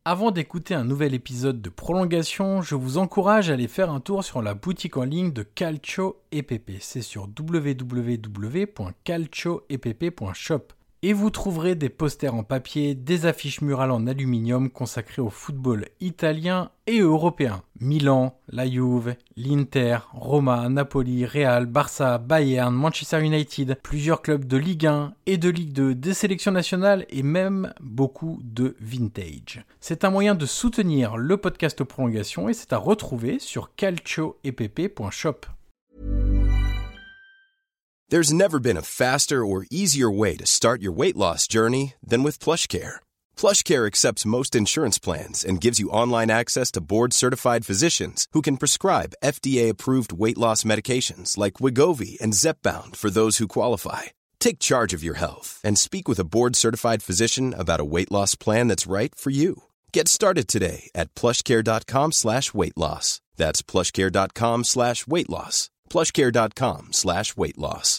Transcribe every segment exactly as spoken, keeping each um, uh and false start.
Avant d'écouter un nouvel épisode de Prolongation, je vous encourage à aller faire un tour sur la boutique en ligne de Calcio E P P. C'est sur w w w point calcio e p p point shop. Et vous trouverez des posters en papier, des affiches murales en aluminium consacrées au football italien et européen. Milan, la Juve, l'Inter, Roma, Napoli, Real, Barça, Bayern, Manchester United, plusieurs clubs de Ligue un et de Ligue deux, des sélections nationales et même beaucoup de vintage. C'est un moyen de soutenir le podcast Prolongation et c'est à retrouver sur calcio e p p point shop. There's never been a faster or easier way to start your weight loss journey than with PlushCare. PlushCare accepts most insurance plans and gives you online access to board-certified physicians who can prescribe F D A-approved weight loss medications like Wegovy and Zepbound for those who qualify. Take charge of your health and speak with a board-certified physician about a weight loss plan that's right for you. Get started today at plushcare.com slash weight loss. That's plushcare.com slash weight loss. plushcare.com slash weight loss.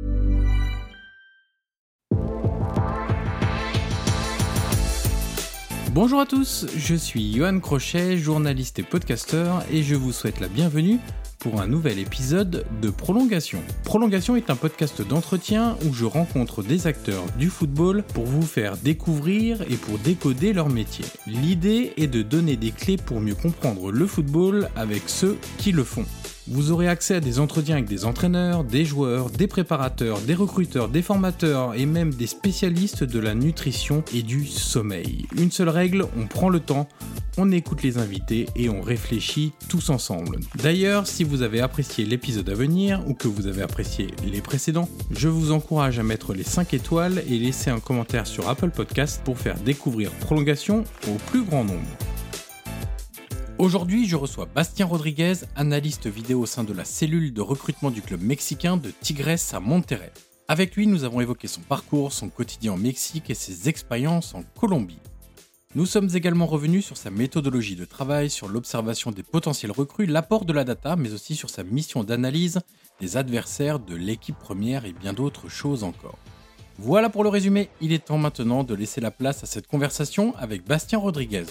Bonjour à tous, je suis Johan Crochet, journaliste et podcasteur, et je vous souhaite la bienvenue pour un nouvel épisode de Prolongation. Prolongation est un podcast d'entretien où je rencontre des acteurs du football pour vous faire découvrir et pour décoder leur métier. L'idée est de donner des clés pour mieux comprendre le football avec ceux qui le font. Vous aurez accès à des entretiens avec des entraîneurs, des joueurs, des préparateurs, des recruteurs, des formateurs et même des spécialistes de la nutrition et du sommeil. Une seule règle, on prend le temps, on écoute les invités et on réfléchit tous ensemble. D'ailleurs, si vous avez apprécié l'épisode à venir ou que vous avez apprécié les précédents, je vous encourage à mettre les cinq étoiles et laisser un commentaire sur Apple Podcast pour faire découvrir Prolongation au plus grand nombre. Aujourd'hui, je reçois Bastien Rodriguez, analyste vidéo au sein de la cellule de recrutement du club mexicain de Tigres à Monterrey. Avec lui, nous avons évoqué son parcours, son quotidien au Mexique et ses expériences en Colombie. Nous sommes également revenus sur sa méthodologie de travail, sur l'observation des potentiels recrues, l'apport de la data, mais aussi sur sa mission d'analyse des adversaires de l'équipe première et bien d'autres choses encore. Voilà pour le résumé, il est temps maintenant de laisser la place à cette conversation avec Bastien Rodriguez.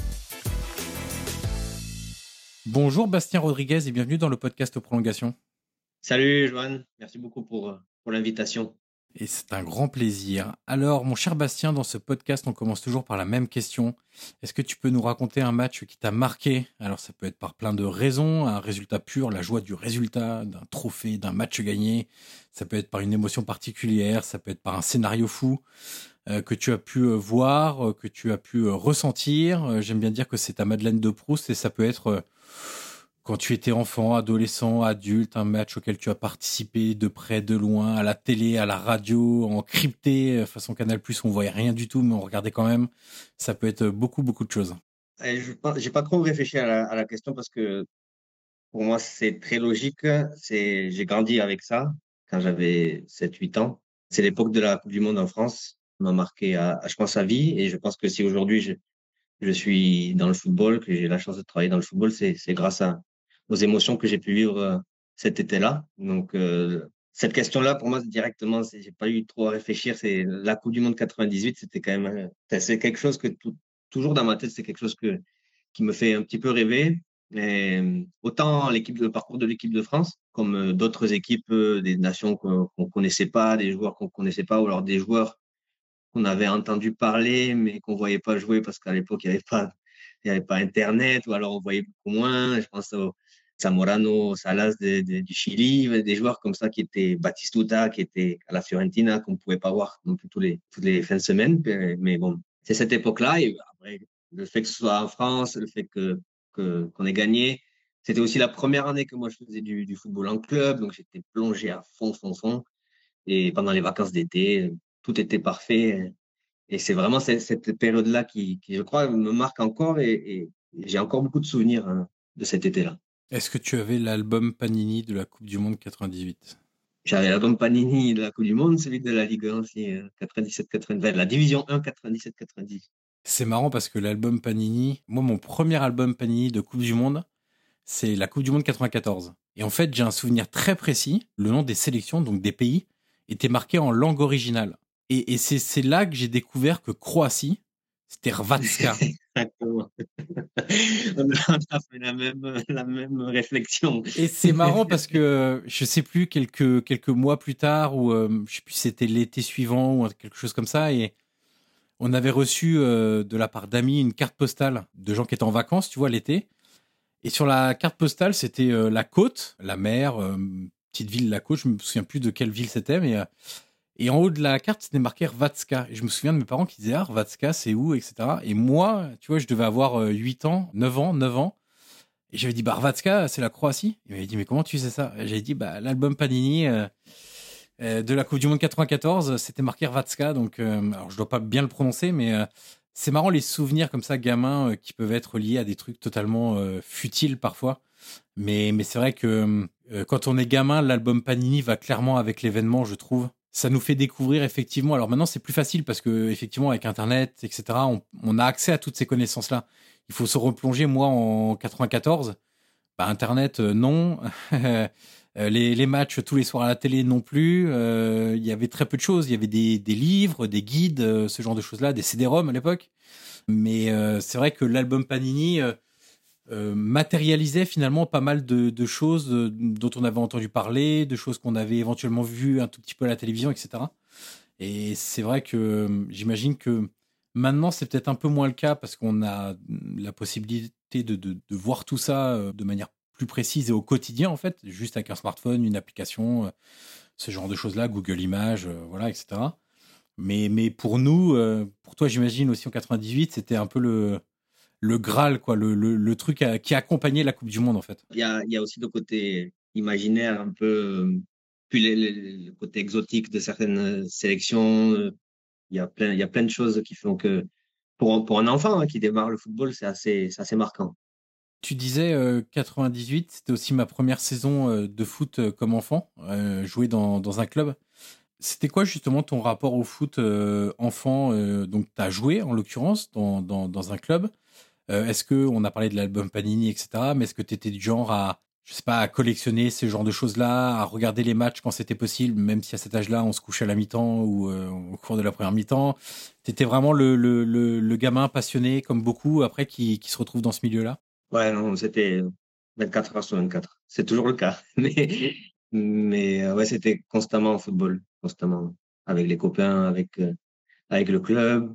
Bonjour Bastien Rodriguez et bienvenue dans le podcast Prolongation. Salut Johan, merci beaucoup pour, pour l'invitation. Et c'est un grand plaisir. Alors mon cher Bastien, dans ce podcast on commence toujours par la même question. Est-ce que tu peux nous raconter un match qui t'a marqué ? Alors ça peut être par plein de raisons, un résultat pur, la joie du résultat, d'un trophée, d'un match gagné. Ça peut être par une émotion particulière, ça peut être par un scénario fou euh, que tu as pu euh, voir, euh, que tu as pu euh, ressentir. Euh, j'aime bien dire que c'est ta Madeleine de Proust et ça peut être... Euh, quand tu étais enfant, adolescent, adulte, un match auquel tu as participé de près, de loin, à la télé, à la radio, en crypté, façon Canal+, on voyait rien du tout, mais on regardait quand même. Ça peut être beaucoup, beaucoup de choses. Je n'ai pas trop réfléchi à la, à la question parce que pour moi, c'est très logique. C'est, j'ai grandi avec ça quand j'avais sept huit ans. C'est l'époque de la Coupe du Monde en France. Ça m'a marqué, à, à, je pense, à vie. Et je pense que si aujourd'hui, je, je suis dans le football, que j'ai la chance de travailler dans le football, c'est, c'est grâce à aux émotions que j'ai pu vivre euh, cet été-là. Donc, euh, cette question-là, pour moi, directement, c'est, j'ai pas eu trop à réfléchir. C'est la Coupe du Monde quatre-vingt-dix-huit, c'était quand même, euh, c'est quelque chose que tout, toujours dans ma tête, c'est quelque chose que, qui me fait un petit peu rêver. Et, autant l'équipe, le parcours de l'équipe de France, comme euh, d'autres équipes, euh, des nations qu'on, qu'on connaissait pas, des joueurs qu'on connaissait pas, ou alors des joueurs qu'on avait entendu parler, mais qu'on voyait pas jouer parce qu'à l'époque, il y avait pas, il y avait pas Internet, ou alors on voyait beaucoup moins. Je pense au Zamorano, Salas de, de, du Chili, des joueurs comme ça qui étaient Batistuta, qui était à la Fiorentina, qu'on ne pouvait pas voir non plus tous les, toutes les fins de semaine. Mais bon, c'est cette époque-là. Et après, le fait que ce soit en France, le fait que, que, qu'on ait gagné, c'était aussi la première année que moi je faisais du, du football en club. Donc j'étais plongé à fond, fond, fond. Et pendant les vacances d'été, tout était parfait. Et c'est vraiment cette, cette période-là qui, qui, je crois, me marque encore. Et, et j'ai encore beaucoup de souvenirs hein, de cet été-là. Est-ce que tu avais l'album Panini de la Coupe du Monde quatre-vingt-dix-huit ? J'avais l'album Panini de la Coupe du Monde, celui de la Ligue un aussi, quatre-vingt-dix-sept quatre-vingt-dix, la Division un quatre-vingt-dix-sept quatre-vingt-dix. C'est marrant parce que l'album Panini, moi mon premier album Panini de Coupe du Monde, c'est la Coupe du Monde quatre-vingt-quatorze. Et en fait, j'ai un souvenir très précis, le nom des sélections, donc des pays, était marqué en langue originale. Et, et c'est, c'est là que j'ai découvert que Croatie, c'était Hrvatska. On a, on a fait la même, la même réflexion. Et c'est marrant parce que je sais plus quelques quelques mois plus tard ou euh, je sais plus si c'était l'été suivant ou quelque chose comme ça et on avait reçu euh, de la part d'amis une carte postale de gens qui étaient en vacances, tu vois, l'été. Et sur la carte postale, c'était euh, la côte, la mer, euh, petite ville, la côte. Je me souviens plus de quelle ville c'était, mais euh, et en haut de la carte, c'était marqué Hrvatska. Et je me souviens de mes parents qui disaient ah Hrvatska, c'est où, et cetera. Et moi, tu vois, je devais avoir euh, huit ans, neuf ans, neuf ans. Et j'avais dit bah Hrvatska, c'est la Croatie. Il m'avait dit mais comment tu sais ça? Et j'avais dit bah l'album Panini. Euh, euh, de la Coupe du Monde quatre-vingt-quatorze, c'était marqué Hrvatska, donc euh, alors je dois pas bien le prononcer, mais euh, c'est marrant les souvenirs comme ça, gamins, euh, qui peuvent être liés à des trucs totalement euh, futiles parfois. Mais, mais c'est vrai que euh, quand on est gamin, l'album Panini va clairement avec l'événement, je trouve. Ça nous fait découvrir effectivement. Alors maintenant, c'est plus facile parce que effectivement, avec Internet, et cetera, on, on a accès à toutes ces connaissances-là. Il faut se replonger. Moi, en quatre-vingt-quatorze, bah, Internet, euh, non. Euh, les, les matchs tous les soirs à la télé non plus. Euh, Il y avait très peu de choses. Il y avait des, des livres, des guides, euh, ce genre de choses-là, des C D-ROM à l'époque. Mais euh, c'est vrai que l'album Panini euh, euh, matérialisait finalement pas mal de, de choses euh, dont on avait entendu parler, de choses qu'on avait éventuellement vues un tout petit peu à la télévision, et cetera. Et c'est vrai que euh, j'imagine que maintenant c'est peut-être un peu moins le cas parce qu'on a la possibilité de, de, de voir tout ça euh, de manière plus précise et au quotidien en fait, juste avec un smartphone, une application, euh, ce genre de choses-là, Google Images, euh, voilà, et cetera. Mais, mais pour nous, euh, pour toi j'imagine aussi en quatre-vingt-dix-huit, c'était un peu le, le Graal, quoi, le, le, le truc à- qui accompagnait la Coupe du Monde en fait. Il y a, il y a aussi le côté imaginaire un peu, euh, puis les- les- le côté exotique de certaines sélections. euh, Il y a plein, il y a plein de choses qui font que pour, un- pour un enfant hein, qui démarre le football, c'est assez, c'est assez marquant. Tu disais euh, quatre-vingt-dix-huit, c'était aussi ma première saison euh, de foot euh, comme enfant, euh, jouer dans, dans un club. C'était quoi justement ton rapport au foot euh, enfant euh, Donc tu as joué en l'occurrence dans, dans, dans un club. Euh, est-ce que on a parlé de l'album Panini, et cetera. Mais est-ce que tu étais du genre à, je sais pas, à collectionner ce genre de choses-là, à regarder les matchs quand c'était possible, même si à cet âge-là on se couchait à la mi-temps ou euh, au cours de la première mi-temps. T'étais vraiment le, le, le, le gamin passionné comme beaucoup après qui, qui se retrouve dans ce milieu-là. Ouais, non, c'était vingt-quatre heures sur vingt-quatre. C'est toujours le cas. Mais, mais euh, ouais, c'était constamment au football, constamment avec les copains, avec, euh, avec le club,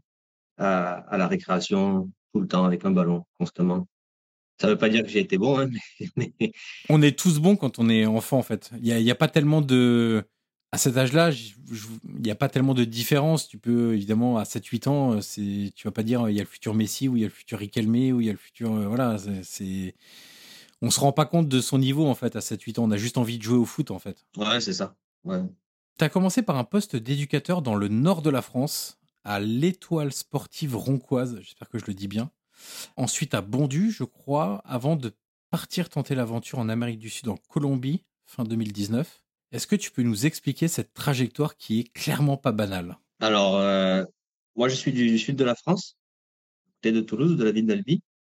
à, à la récréation, tout le temps avec un ballon, constamment. Ça veut pas dire que j'ai été bon, hein, mais, mais On est tous bons quand on est enfant, en fait. Il y a, il y a pas tellement de... À cet âge-là, j- j- il n'y a pas tellement de différence. Tu peux, évidemment, à sept huit ans, euh, c'est, tu vas pas dire, euh, il y a le futur Messi, ou il y a le futur Riquelme, ou il y a le futur... euh, voilà, c'est... c'est- On se rend pas compte de son niveau, en fait, à sept huit ans. On a juste envie de jouer au foot, en fait. ouais, c'est ça. Ouais. Tu as commencé par un poste d'éducateur dans le nord de la France, à l'Étoile sportive roncoise, j'espère que je le dis bien. Ensuite à Bondy, je crois, avant de partir tenter l'aventure en Amérique du Sud, en Colombie, fin deux mille dix-neuf. Est-ce que tu peux nous expliquer cette trajectoire qui est clairement pas banale? Alors, euh, moi, je suis du sud de la France, côté de Toulouse, de la ville d'Albi,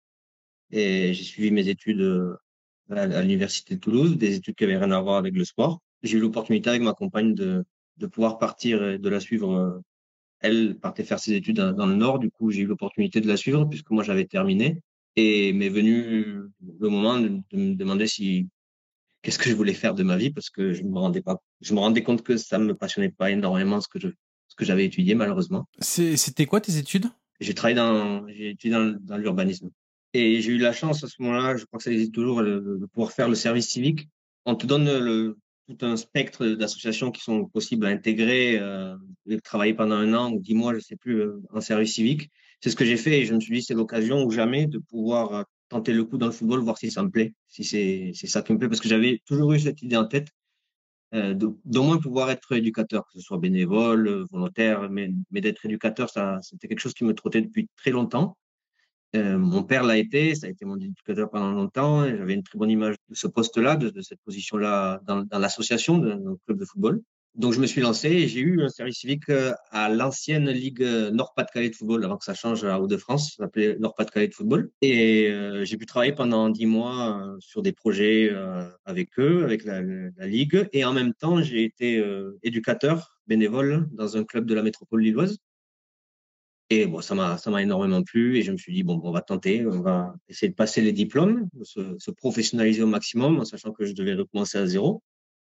et j'ai suivi mes études euh, à, à l'université de Toulouse, des études qui avaient rien à voir avec le sport. J'ai eu l'opportunité avec ma compagne de, de pouvoir partir et de la suivre. euh, Elle partait faire ses études dans, dans le Nord, du coup, j'ai eu l'opportunité de la suivre puisque moi, j'avais terminé. Et m'est venu le moment de, de me demander si qu'est-ce que je voulais faire de ma vie parce que je me rendais pas, je me rendais compte que ça me passionnait pas énormément ce que je, ce que j'avais étudié malheureusement. C'est- C'était quoi tes études? J'ai travaillé dans, j'ai étudié dans, dans l'urbanisme. Et j'ai eu la chance à ce moment-là, je crois que ça existe toujours, de, de pouvoir faire le service civique. On te donne le, tout un spectre d'associations qui sont possibles à intégrer, euh, et travailler pendant un an ou dix mois, je sais plus, euh, en service civique. C'est ce que j'ai fait et je me suis dit, c'est l'occasion ou jamais de pouvoir euh, tenter le coup dans le football, voir si ça me plaît, si c'est, c'est ça qui me plaît, parce que j'avais toujours eu cette idée en tête euh, de- d'au moins pouvoir être éducateur, que ce soit bénévole, euh, volontaire, mais, mais d'être éducateur, ça, c'était quelque chose qui me trottait depuis très longtemps. Euh, mon père l'a été, ça a été mon éducateur pendant longtemps, et j'avais une très bonne image de ce poste-là, de, de cette position-là dans, dans l'association, de- dans le club de football. Donc je me suis lancé et j'ai eu un service civique euh, à l'ancienne Ligue euh, Nord-Pas-de-Calais de football, avant que ça change à Hauts-de-France, ça s'appelait Nord-Pas-de-Calais de football. Et euh, j'ai pu travailler pendant dix mois euh, sur des projets euh, avec eux, avec la, la Ligue. Et en même temps, j'ai été euh, éducateur bénévole dans un club de la métropole lilloise. Et bon, ça m'a, ça m'a énormément plu et je me suis dit, bon, on va tenter, on va essayer de passer les diplômes, se, se professionnaliser au maximum, en sachant que je devais recommencer à zéro.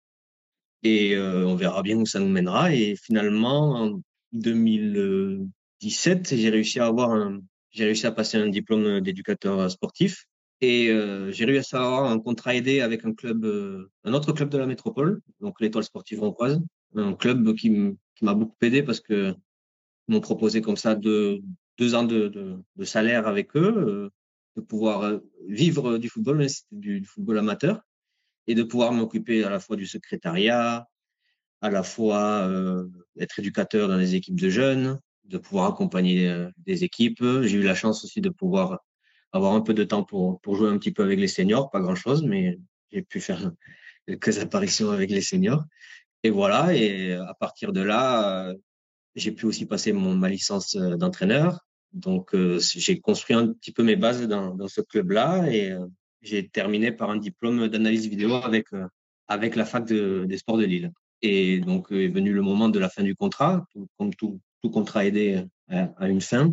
Et euh, on verra bien où ça nous mènera. Et finalement, en deux mille dix-sept, j'ai réussi à avoir un, j'ai réussi à passer un diplôme d'éducateur sportif. Et euh, j'ai réussi à avoir un contrat aidé avec un club, euh, un autre club de la métropole, donc l'Étoile sportive roncoise, un club qui m- qui m'a beaucoup aidé parce que ils m'ont proposé comme ça deux, deux ans de, de, de salaire avec eux, euh, de pouvoir euh, vivre du football, mais c'était du, du football amateur, et de pouvoir m'occuper à la fois du secrétariat, à la fois euh, être éducateur dans les équipes de jeunes, de pouvoir accompagner euh, des équipes. J'ai eu la chance aussi de pouvoir avoir un peu de temps pour, pour jouer un petit peu avec les seniors, pas grand-chose, mais j'ai pu faire quelques apparitions avec les seniors. Et voilà, et à partir de là, euh, j'ai pu aussi passer mon, ma licence euh, d'entraîneur. Donc, euh, j'ai construit un petit peu mes bases dans, dans ce club-là et euh, j'ai terminé par un diplôme d'analyse vidéo avec, euh, avec la fac de, des sports de Lille. Et donc, euh, est venu le moment de la fin du contrat, tout, comme tout, tout contrat aidé à, à une fin.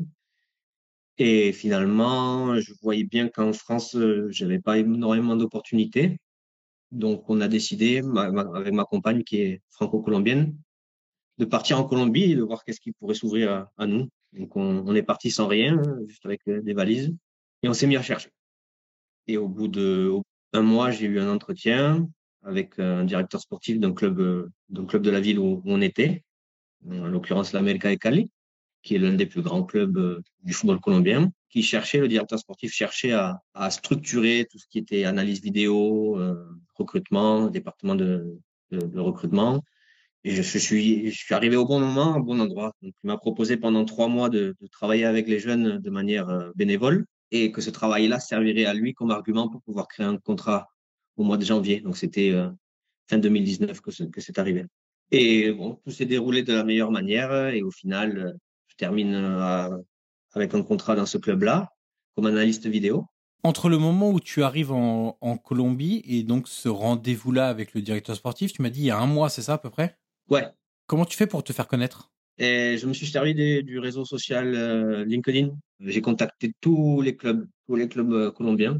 Et finalement, je voyais bien qu'en France, euh, j'avais pas énormément d'opportunités. Donc, on a décidé, ma, ma, avec ma compagne qui est franco-colombienne, de partir en Colombie et de voir qu'est-ce qui pourrait s'ouvrir à, à nous. Donc, on, on est parti sans rien, hein, juste avec euh, des valises, et on s'est mis à chercher. Et au bout de au bout d'un mois, j'ai eu un entretien avec un directeur sportif d'un club, euh, d'un club de la ville où, où on était, en l'occurrence l'América de Cali, qui est l'un des plus grands clubs euh, du football colombien, qui cherchait, le directeur sportif cherchait à, à structurer tout ce qui était analyse vidéo, euh, recrutement, département de, de, de recrutement, et je suis, je suis arrivé au bon moment, au bon endroit. Donc, il m'a proposé pendant trois mois de, de travailler avec les jeunes de manière euh, bénévole et que ce travail-là servirait à lui comme argument pour pouvoir créer un contrat au mois de janvier. Donc, c'était euh, fin deux mille dix-neuf que, ce- que c'est arrivé. Et bon, tout s'est déroulé de la meilleure manière et au final, euh, je termine euh, avec un contrat dans ce club-là comme analyste vidéo. Entre le moment où tu arrives en, en Colombie et donc ce rendez-vous-là avec le directeur sportif, tu m'as dit il y a un mois, c'est ça à peu près? Ouais. Comment tu fais pour te faire connaître? Et je me suis servi des- du réseau social euh, LinkedIn. J'ai contacté tous les clubs, tous les clubs euh, colombiens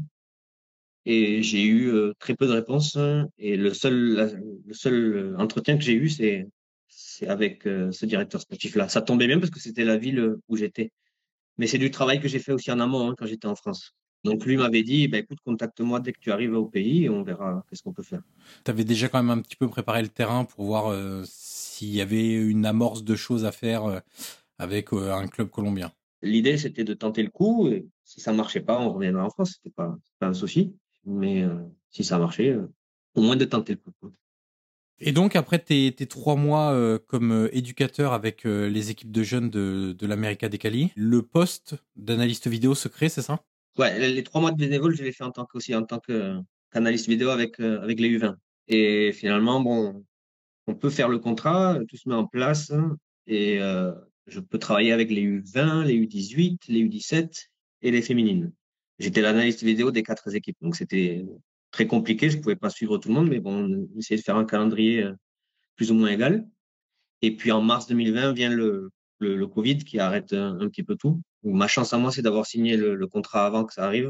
et j'ai eu euh, très peu de réponses. Et le seul, la- le seul euh, entretien que j'ai eu, c'est, c'est avec euh, ce directeur sportif-là. Ça tombait bien parce que c'était la ville où j'étais. Mais c'est du travail que j'ai fait aussi en amont hein, quand j'étais en France. Donc lui m'avait dit, bah, écoute, contacte-moi dès que tu arrives au pays et on verra qu'est-ce qu'on peut faire. Tu avais déjà quand même un petit peu préparé le terrain pour voir euh, s'il y avait une amorce de choses à faire euh, avec euh, un club colombien. L'idée, c'était de tenter le coup. Et si ça marchait pas, on reviendra en France. C'était pas, pas un souci. Mais euh, si ça marchait, euh, au moins de tenter le coup. Et donc après tes, tes trois mois euh, comme euh, éducateur avec euh, les équipes de jeunes de, de l'América des Cali, le poste d'analyste vidéo se crée, c'est ça? Ouais, les les trois mois de bénévole, je l'ai fait en tant que, aussi en tant que, qu'analyste vidéo avec, euh, avec les U vingt. Et finalement, bon, on peut faire le contrat, tout se met en place et euh, je peux travailler avec les U vingt, les U dix-huit, les U dix-sept et les féminines. J'étais l'analyste vidéo des quatre équipes, donc c'était très compliqué. Je pouvais pas suivre tout le monde, mais bon, on essayait de faire un calendrier euh, plus ou moins égal. Et puis en mars deux mille vingt vient le, le, le Covid qui arrête un, un petit peu tout. Donc, ma chance à moi, c'est d'avoir signé le, le contrat avant que ça arrive,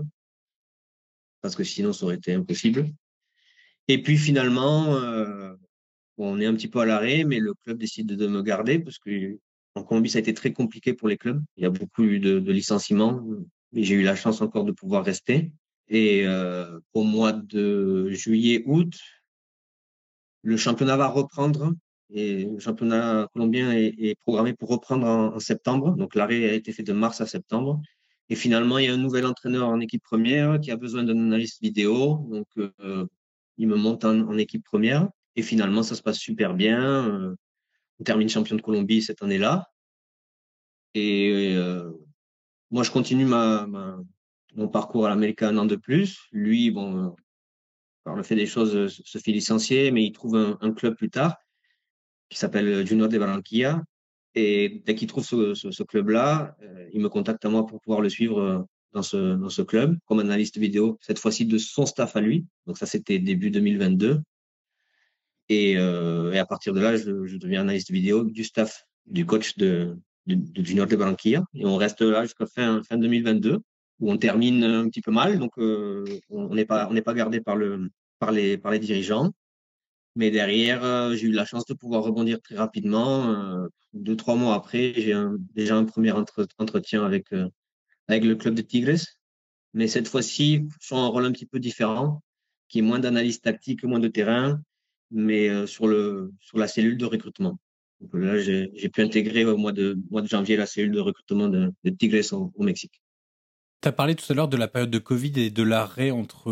parce que sinon ça aurait été impossible. Et puis finalement, euh, on est un petit peu à l'arrêt, mais le club décide de me garder parce que en Colombie, ça a été très compliqué pour les clubs. Il y a beaucoup eu de, de licenciements, mais j'ai eu la chance encore de pouvoir rester. Et euh, au mois de juillet, août, le championnat va reprendre. Et le championnat colombien est, est programmé pour reprendre en, en septembre. Donc l'arrêt a été fait de mars à septembre. Et finalement, il y a un nouvel entraîneur en équipe première qui a besoin d'un analyste vidéo. Donc, euh, il me monte en, en équipe première. Et finalement, ça se passe super bien. Euh, on termine champion de Colombie cette année-là. Et euh, moi, je continue ma, ma, mon parcours à l'Amérique un an de plus. Lui, bon, par le fait des choses, euh, se fait licencier, mais il trouve un, un club plus tard qui s'appelle Junior de Barranquilla. Et dès qu'il trouve ce, ce, ce club-là, euh, il me contacte à moi pour pouvoir le suivre euh, dans ce, dans ce club comme analyste vidéo, cette fois-ci de son staff à lui. Donc ça, c'était début deux mille vingt-deux. Et, euh, et à partir de là, je, je deviens analyste vidéo du staff, du coach de, de, de Junior de Barranquilla. Et on reste là jusqu'à fin, fin deux mille vingt-deux, où on termine un petit peu mal. Donc, euh, on n'est pas, on n'est pas gardé par, le, par, les, par les dirigeants. Mais derrière, euh, j'ai eu la chance de pouvoir rebondir très rapidement. Euh, deux, trois mois après, j'ai un, déjà un premier entre, entretien avec, euh, avec le club de Tigres. Mais cette fois-ci, sur un rôle un petit peu différent, qui est moins d'analyse tactique, moins de terrain, mais euh, sur, le, sur la cellule de recrutement. Donc là, j'ai, j'ai pu intégrer au mois de, mois de janvier la cellule de recrutement de, de Tigres au, au Mexique. Tu as parlé tout à l'heure de la période de Covid et de l'arrêt entre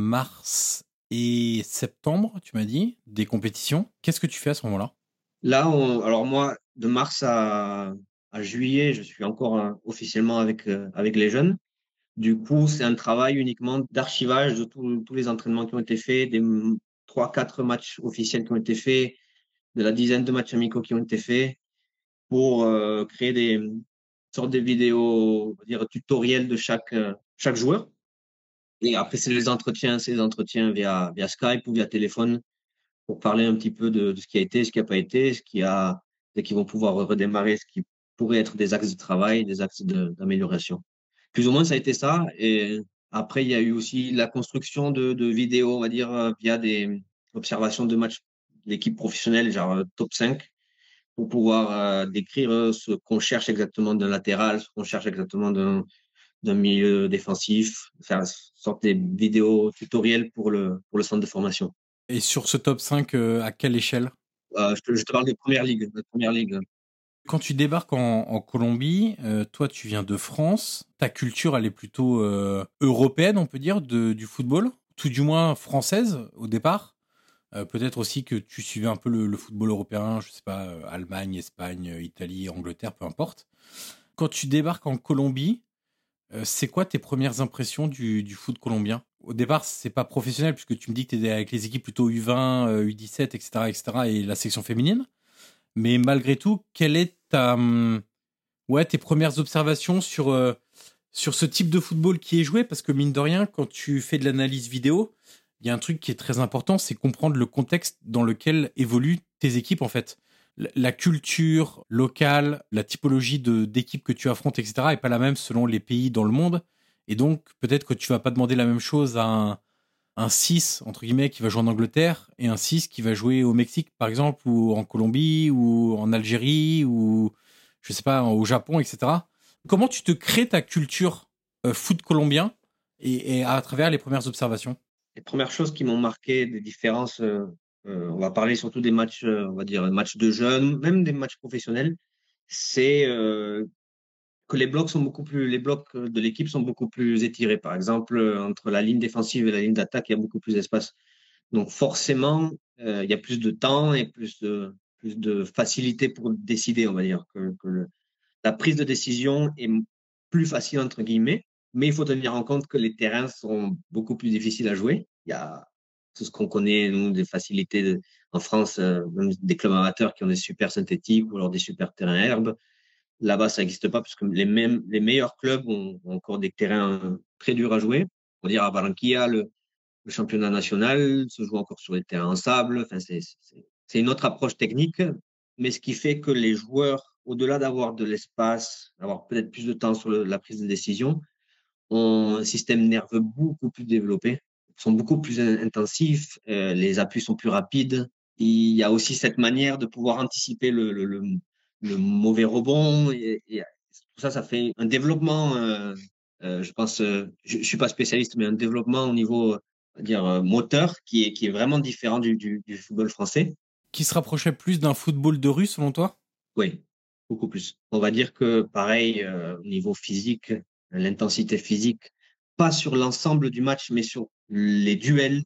mars et septembre, tu m'as dit, des compétitions. Qu'est-ce que tu fais à ce moment-là? Là, on, alors moi, de mars à, à juillet, je suis encore euh, officiellement avec, euh, avec les jeunes. Du coup, c'est un travail uniquement d'archivage de tous tous les entraînements qui ont été faits, des trois, quatre matchs officiels qui ont été faits, de la dizaine de matchs amicaux qui ont été faits, pour euh, créer des sortes de vidéos, on va dire, tutoriels de chaque, euh, chaque joueur. Et après, c'est les entretiens, c'est les entretiens via, via Skype ou via téléphone pour parler un petit peu de, de ce qui a été, ce qui n'a pas été, ce qui a, et qui vont pouvoir redémarrer, ce qui pourrait être des axes de travail, des axes de, d'amélioration. Plus ou moins, ça a été ça. Et après, il y a eu aussi la construction de, de vidéos, on va dire, euh, via des observations de matchs d'équipes professionnelles, genre euh, top cinq, pour pouvoir euh, décrire euh, ce qu'on cherche exactement d'un latéral, ce qu'on cherche exactement d'un, d'un milieu défensif, faire une sorte de vidéos tutoriels pour le, pour le centre de formation. Et sur ce top cinq, euh, à quelle échelle? Euh, je, te, je te parle de première ligue, de première ligue. Quand tu débarques en, en Colombie, euh, toi tu viens de France, ta culture elle est plutôt euh, européenne, on peut dire, de, du football, tout du moins française au départ. Euh, peut-être aussi que tu suivais un peu le, le football européen, je sais pas, euh, Allemagne, Espagne, euh, Italie, Angleterre, peu importe. Quand tu débarques en Colombie, euh, c'est quoi tes premières impressions du, du foot colombien? Au départ, c'est pas professionnel puisque tu me dis que tu étais avec les équipes plutôt U vingt, euh, U dix-sept, et cetera, et cetera, et la section féminine. Mais malgré tout, quelle est ta, hum, ouais, tes premières observations sur, euh, sur ce type de football qui est joué? Parce que mine de rien, quand tu fais de l'analyse vidéo, il y a un truc qui est très important, c'est comprendre le contexte dans lequel évoluent tes équipes, en fait. La, la culture locale, la typologie de, d'équipes que tu affrontes, et cetera, est pas la même selon les pays dans le monde. Et donc, peut-être que tu vas pas demander la même chose à un, un six, entre guillemets, qui va jouer en Angleterre et un six qui va jouer au Mexique, par exemple, ou en Colombie, ou en Algérie, ou, je sais pas, au Japon, et cetera. Comment tu te crées ta culture euh, foot colombien et, et à travers les premières observations? Les premières choses qui m'ont marqué des différences, euh, euh, on va parler surtout des matchs, euh, on va dire, matchs de jeunes, même des matchs professionnels, c'est euh, que les blocs sont beaucoup plus, les blocs de l'équipe sont beaucoup plus étirés. Par exemple, euh, entre la ligne défensive et la ligne d'attaque, il y a beaucoup plus d'espace. Donc forcément, euh, il y a plus de temps et plus de, plus de facilité pour décider, on va dire, que, que le, la prise de décision est plus facile, entre guillemets, mais il faut tenir en compte que les terrains sont beaucoup plus difficiles à jouer. Il y a tout ce qu'on connaît, nous, des facilités de, en France, euh, même des clubs amateurs qui ont des super synthétiques ou alors des super terrains herbes. Là-bas, ça n'existe pas parce que les, mêmes, les meilleurs clubs ont, ont encore des terrains très durs à jouer. On va dire à Barranquilla, le, le championnat national se joue encore sur des terrains en sable. Enfin, c'est, c'est, c'est une autre approche technique, mais ce qui fait que les joueurs, au-delà d'avoir de l'espace, d'avoir peut-être plus de temps sur le, la prise de décision, ont un système nerveux beaucoup plus développé, sont beaucoup plus intensifs, euh, les appuis sont plus rapides. Il y a aussi cette manière de pouvoir anticiper le, le, le, le mauvais rebond. Et, et tout ça, ça fait un développement, euh, euh, je pense, euh, je ne suis pas spécialiste, mais un développement au niveau, on va dire, euh, moteur qui est, qui est vraiment différent du, du, du football français. Qui se rapprochait plus d'un football de rue, selon toi? Oui, beaucoup plus. On va dire que pareil, euh, au niveau physique, l'intensité physique, pas sur l'ensemble du match, mais sur les duels,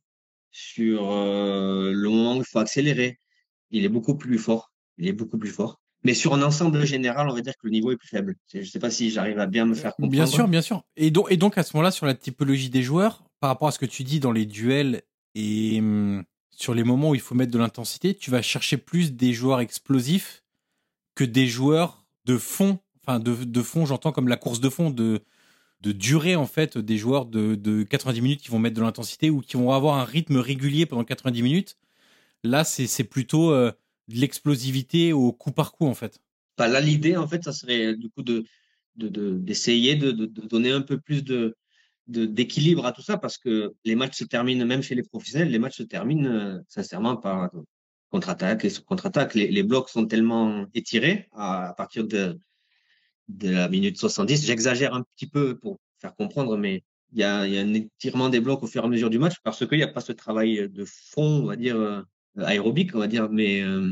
sur euh, le moment où il faut accélérer, il est beaucoup plus fort. Il est beaucoup plus fort. Mais sur un ensemble général, on va dire que le niveau est plus faible. Je ne sais pas si j'arrive à bien me faire Bien comprendre. sûr, bien sûr. Et donc, et donc à ce moment-là, sur la typologie des joueurs, par rapport à ce que tu dis dans les duels et hum, sur les moments où il faut mettre de l'intensité, tu vas chercher plus des joueurs explosifs que des joueurs de fond. Enfin, de, de fond, j'entends comme la course de fond, de, de durée, en fait, des joueurs de, de quatre-vingt-dix minutes qui vont mettre de l'intensité ou qui vont avoir un rythme régulier pendant quatre-vingt-dix minutes. Là, c'est, c'est plutôt euh, de l'explosivité au coup par coup, en fait. Bah, là, l'idée, en fait, ça serait du coup de, de, de- d'essayer de, de, de donner un peu plus de, de, d'équilibre à tout ça parce que les matchs se terminent, même chez les professionnels, les matchs se terminent euh, sincèrement par contre-attaque et contre-attaque. Les, les blocs sont tellement étirés à, à partir de, de la minute soixante-dix. J'exagère un petit peu pour faire comprendre, mais il y a, il y a un étirement des blocs au fur et à mesure du match parce qu'il n'y a pas ce travail de fond, on va dire, euh, aérobique, on va dire, mais, euh,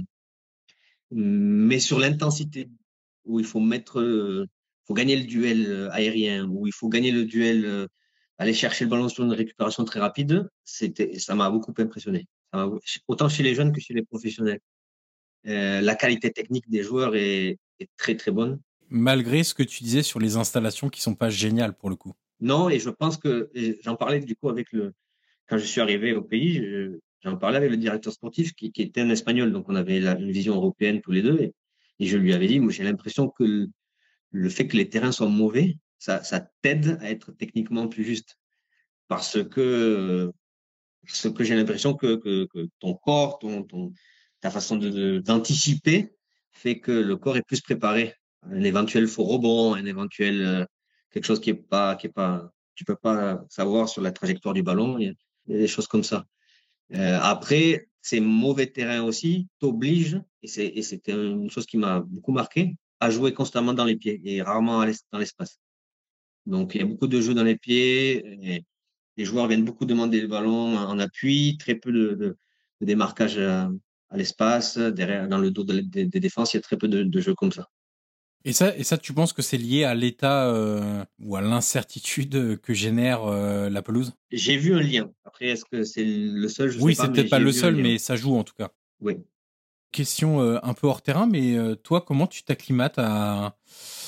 mais sur l'intensité où il faut mettre, euh, faut gagner le duel euh, aérien, où il faut gagner le duel, euh, aller chercher le ballon sur une récupération très rapide, c'était, ça m'a beaucoup impressionné. Ça m'a- autant chez les jeunes que chez les professionnels. Euh, la qualité technique des joueurs est, est très très bonne. Malgré ce que tu disais sur les installations qui sont pas géniales pour le coup. Non, et je pense que et j'en parlais du coup avec le quand je suis arrivé au pays, je- j'en parlais avec le directeur sportif qui, qui était un Espagnol, donc on avait la, une vision européenne tous les deux, et, et je lui avais dit, moi j'ai l'impression que le, le fait que les terrains soient mauvais, ça, ça t'aide à être techniquement plus juste, parce que euh, ce que j'ai l'impression que, que, que ton corps, ton, ton, ta façon de, de- d'anticiper fait que le corps est plus préparé à un éventuel faux rebond, un éventuel euh, quelque chose qui est pas, qui est pas, tu peux pas savoir sur la trajectoire du ballon. Il y a, il y a des choses comme ça. Euh, après, ces mauvais terrains aussi t'obligent, et c'est, et c'était une chose qui m'a beaucoup marqué, à jouer constamment dans les pieds et rarement à l'es- dans l'espace. Donc, il y a beaucoup de jeux dans les pieds. Et les joueurs viennent beaucoup demander le ballon en appui, très peu de, de, de démarquage à, à l'espace, derrière, dans le dos de- des des défenses, il y a très peu de, de jeux comme ça. Et ça, et ça, tu penses que c'est lié à l'état euh, ou à l'incertitude que génère euh, la pelouse? J'ai vu un lien. Après, est-ce que c'est le seul? Je sais Oui, pas, c'est mais peut-être pas j'ai le vu un seul, lien. mais ça joue en tout cas. Oui. Question euh, un peu hors terrain, mais euh, toi, comment tu t'acclimates à,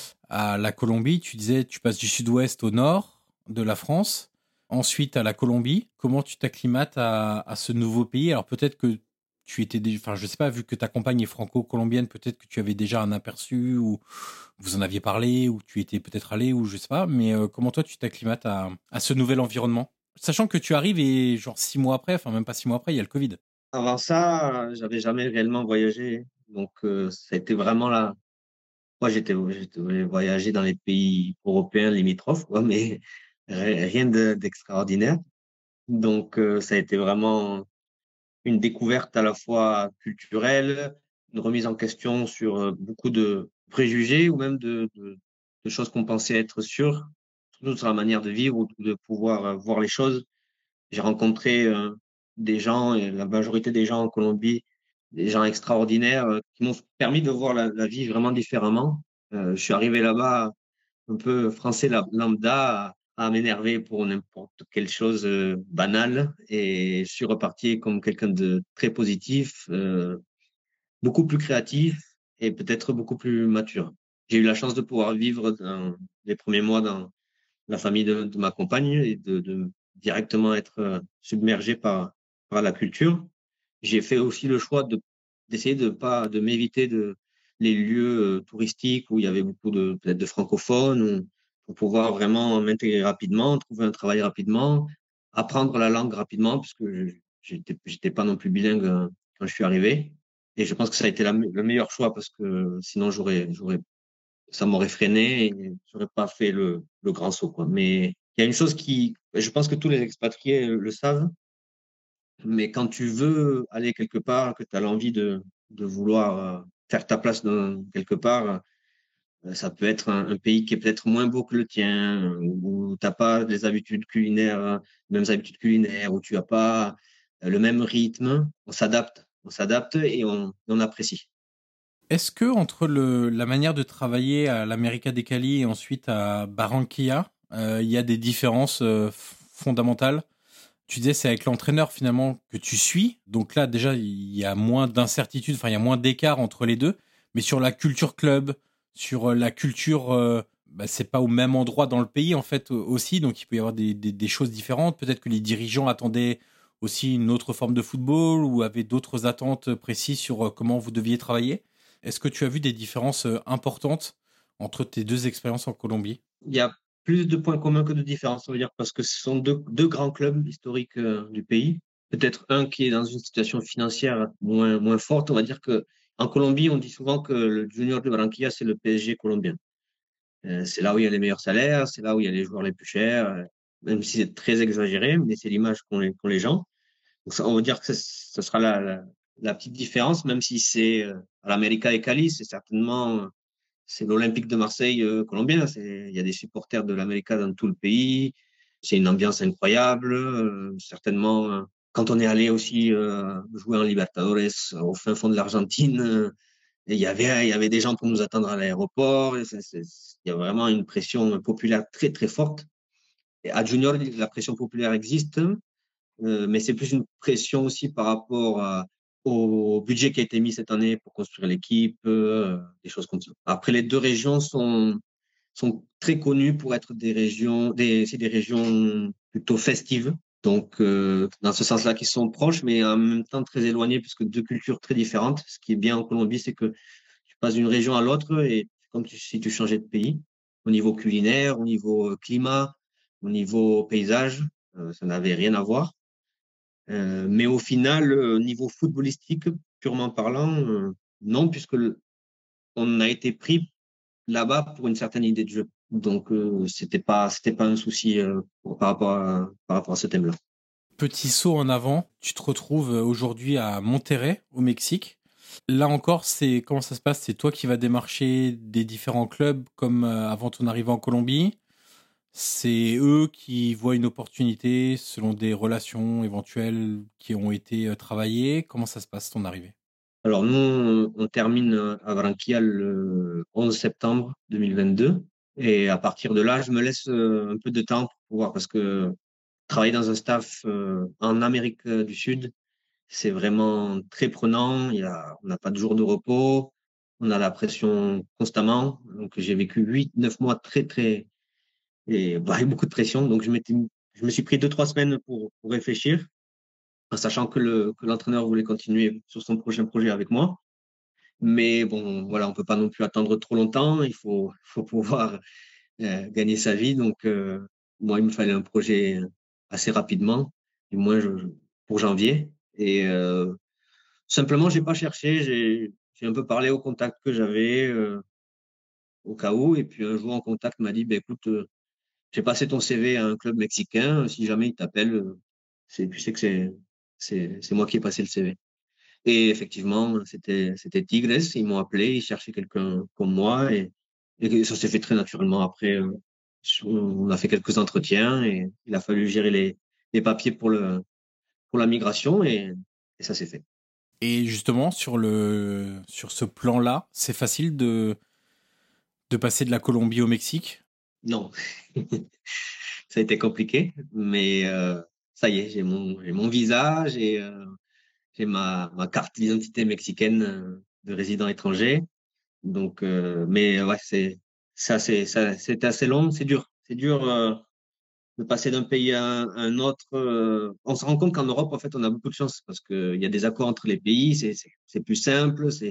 à la Colombie? Tu disais, tu passes du sud-ouest au nord de la France, ensuite à la Colombie. Comment tu t'acclimates à, à ce nouveau pays? Alors peut-être que tu étais déjà, enfin je sais pas, vu que ta compagne est franco-colombienne, peut-être que tu avais déjà un aperçu ou vous en aviez parlé ou tu étais peut-être allé ou je sais pas. Mais euh, comment toi tu t'acclimates à, à ce nouvel environnement? Sachant que tu arrives et genre six mois après, enfin même pas six mois après, il y a le Covid. Avant ça, j'avais jamais réellement voyagé. Donc, euh, ça a été vraiment là. Moi, j'étais, j'étais voyagé dans les pays européens limitrophes, quoi, mais ri- rien de- d'extraordinaire. Donc, euh, ça a été vraiment une découverte à la fois culturelle, une remise en question sur euh, beaucoup de préjugés ou même de, de, de choses qu'on pensait être sûres, surtout sur la manière de vivre ou de pouvoir euh, voir les choses. J'ai rencontré euh, des gens, et la majorité des gens en Colombie, des gens extraordinaires euh, qui m'ont permis de voir la, la vie vraiment différemment. Euh, je suis arrivé là-bas un peu français la- lambda à, à m'énerver pour n'importe quelle chose euh, banale et je suis reparti comme quelqu'un de très positif, euh, beaucoup plus créatif et peut-être beaucoup plus mature. J'ai eu la chance de pouvoir vivre dans les premiers mois dans la famille de, de ma compagne et de, de directement être euh, submergé par, par la culture. J'ai fait aussi le choix de d'essayer de pas de m'éviter de les lieux euh, touristiques où il y avait beaucoup de peut-être de francophones ou- pour pouvoir vraiment m'intégrer rapidement, trouver un travail rapidement, apprendre la langue rapidement parce que je- j'étais j'étais pas non plus bilingue euh, quand je suis arrivé. Et je pense que ça a été la me- le meilleur choix parce que sinon j'aurais j'aurais ça m'aurait freiné et j'aurais pas fait le le grand saut quoi. Mais il y a une chose qui je pense que tous les expatriés le savent, mais quand tu veux aller quelque part, que tu as l'envie de, de vouloir euh, faire ta place dans, quelque part, euh, ça peut être un, un pays qui est peut-être moins beau que le tien, euh, où tu n'as pas les habitudes culinaires, euh, les mêmes habitudes culinaires, où tu n'as pas euh, le même rythme. On s'adapte, on s'adapte et on, on apprécie. Est-ce que entre le, la manière de travailler à l'América de Cali et ensuite à Barranquilla, euh, il y a des différences euh, f- fondamentales? Tu disais c'est avec l'entraîneur finalement que tu suis, donc là déjà il y a moins d'incertitude, enfin il y a moins d'écart entre les deux. Mais sur la culture club, sur euh, la culture, euh, bah, c'est pas au même endroit dans le pays en fait euh, aussi, donc il peut y avoir des, des, des choses différentes. Peut-être que les dirigeants attendaient aussi une autre forme de football ou avaient d'autres attentes précises sur euh, comment vous deviez travailler. Est-ce que tu as vu des différences euh, importantes entre tes deux expériences en Colombie? Il y a plus de points communs que de différences, on va dire, parce que ce sont deux, deux grands clubs historiques euh, du pays. Peut-être un qui est dans une situation financière moins, moins forte, on va dire que En Colombie, on dit souvent que le Junior de Barranquilla, c'est le P S G colombien. Euh, c'est là où il y a les meilleurs salaires, c'est là où il y a les joueurs les plus chers, euh, même si c'est très exagéré, mais c'est l'image qu'ont les, qu'ont les gens. Donc ça, on va dire que ce ce sera la, la, la petite différence, même si c'est euh, à l'América et Cali, c'est certainement euh, c'est l'Olympique de Marseille euh, colombien. C'est, il y a des supporters de l'América dans tout le pays. C'est une ambiance incroyable. Euh, certainement, euh, quand on est allé aussi euh, jouer en Libertadores au fin fond de l'Argentine, euh, il y avait, il y avait des gens pour nous attendre à l'aéroport. Et c'est- c'est- Il y a vraiment une pression populaire très, très forte. Et à Junior, la pression populaire existe, euh, mais c'est plus une pression aussi par rapport à- au budget qui a été mis cette année pour construire l'équipe, euh, des choses comme ça. Après, les deux régions sont, sont très connues pour être des régions, des, c'est des régions plutôt festives. Donc, euh, dans ce sens-là, qui sont proches, mais en même temps très éloignées, puisque deux cultures très différentes. Ce qui est bien en Colombie, c'est que tu passes d'une région à l'autre et c'est comme si tu changeais de pays. Au niveau culinaire, au niveau euh, climat, au niveau paysage, euh, ça n'avait rien à voir. Euh, mais au final, au niveau footballistique, purement parlant, euh, non, puisque le- on a été pris là-bas pour une certaine idée de jeu. Donc, euh, c'était pas, c'était pas un souci euh, par rapport à, par rapport à ce thème-là. Petit saut en avant, tu te retrouves aujourd'hui à Monterrey, au Mexique. Là encore, c'est comment ça se passe? C'est toi qui vas démarcher des différents clubs comme euh, avant ton arrivée en Colombie. C'est eux qui voient une opportunité selon des relations éventuelles qui ont été euh, travaillées. Comment ça se passe ton arrivée? Alors, nous, on, on termine à Barranquilla le onze septembre deux mille vingt-deux. Et à partir de là, je me laisse euh, un peu de temps pour pouvoir, parce que travailler dans un staff euh, en Amérique du Sud, c'est vraiment très prenant. Il y a, on n'a pas de jour de repos. On a la pression constamment. Donc, j'ai vécu huit, neuf mois très, très, et bah, avec beaucoup de pression. Donc, je m'étais, je me suis pris deux, trois semaines pour, pour réfléchir, en sachant que le, que l'entraîneur voulait continuer sur son prochain projet avec moi. Mais bon, voilà, on peut pas non plus attendre trop longtemps. Il faut, faut pouvoir euh, gagner sa vie. Donc, euh, moi, il me fallait un projet assez rapidement, du moins je, pour janvier. Et euh, simplement, j'ai pas cherché. J'ai, j'ai un peu parlé au contact que j'avais euh, au cas où. Et puis un jour, en contact m'a dit, ben écoute, euh, j'ai passé ton C V à un club mexicain. Si jamais il t'appelle, euh, c'est, tu sais que c'est, c'est, c'est moi qui ai passé le C V. Et effectivement, c'était, c'était Tigres. Ils m'ont appelé, ils cherchaient quelqu'un comme moi. Et, et ça s'est fait très naturellement. Après, euh, on a fait quelques entretiens et il a fallu gérer les, les papiers pour le, pour la migration et, et ça s'est fait. Et justement, sur le sur ce plan-là, c'est facile de de passer de la Colombie au Mexique. Non, ça a été compliqué, mais euh, ça y est, j'ai mon, j'ai mon visa, j'ai euh, j'ai ma, ma carte d'identité mexicaine euh, de résident étranger. Donc, euh, mais ouais, c'est ça, c'est ça, c'est assez long, c'est dur, c'est dur euh, de passer d'un pays à un, à un autre. Euh, on se rend compte qu'en Europe, en fait, on a beaucoup de chance parce que il y a des accords entre les pays, c'est c'est c'est plus simple, c'est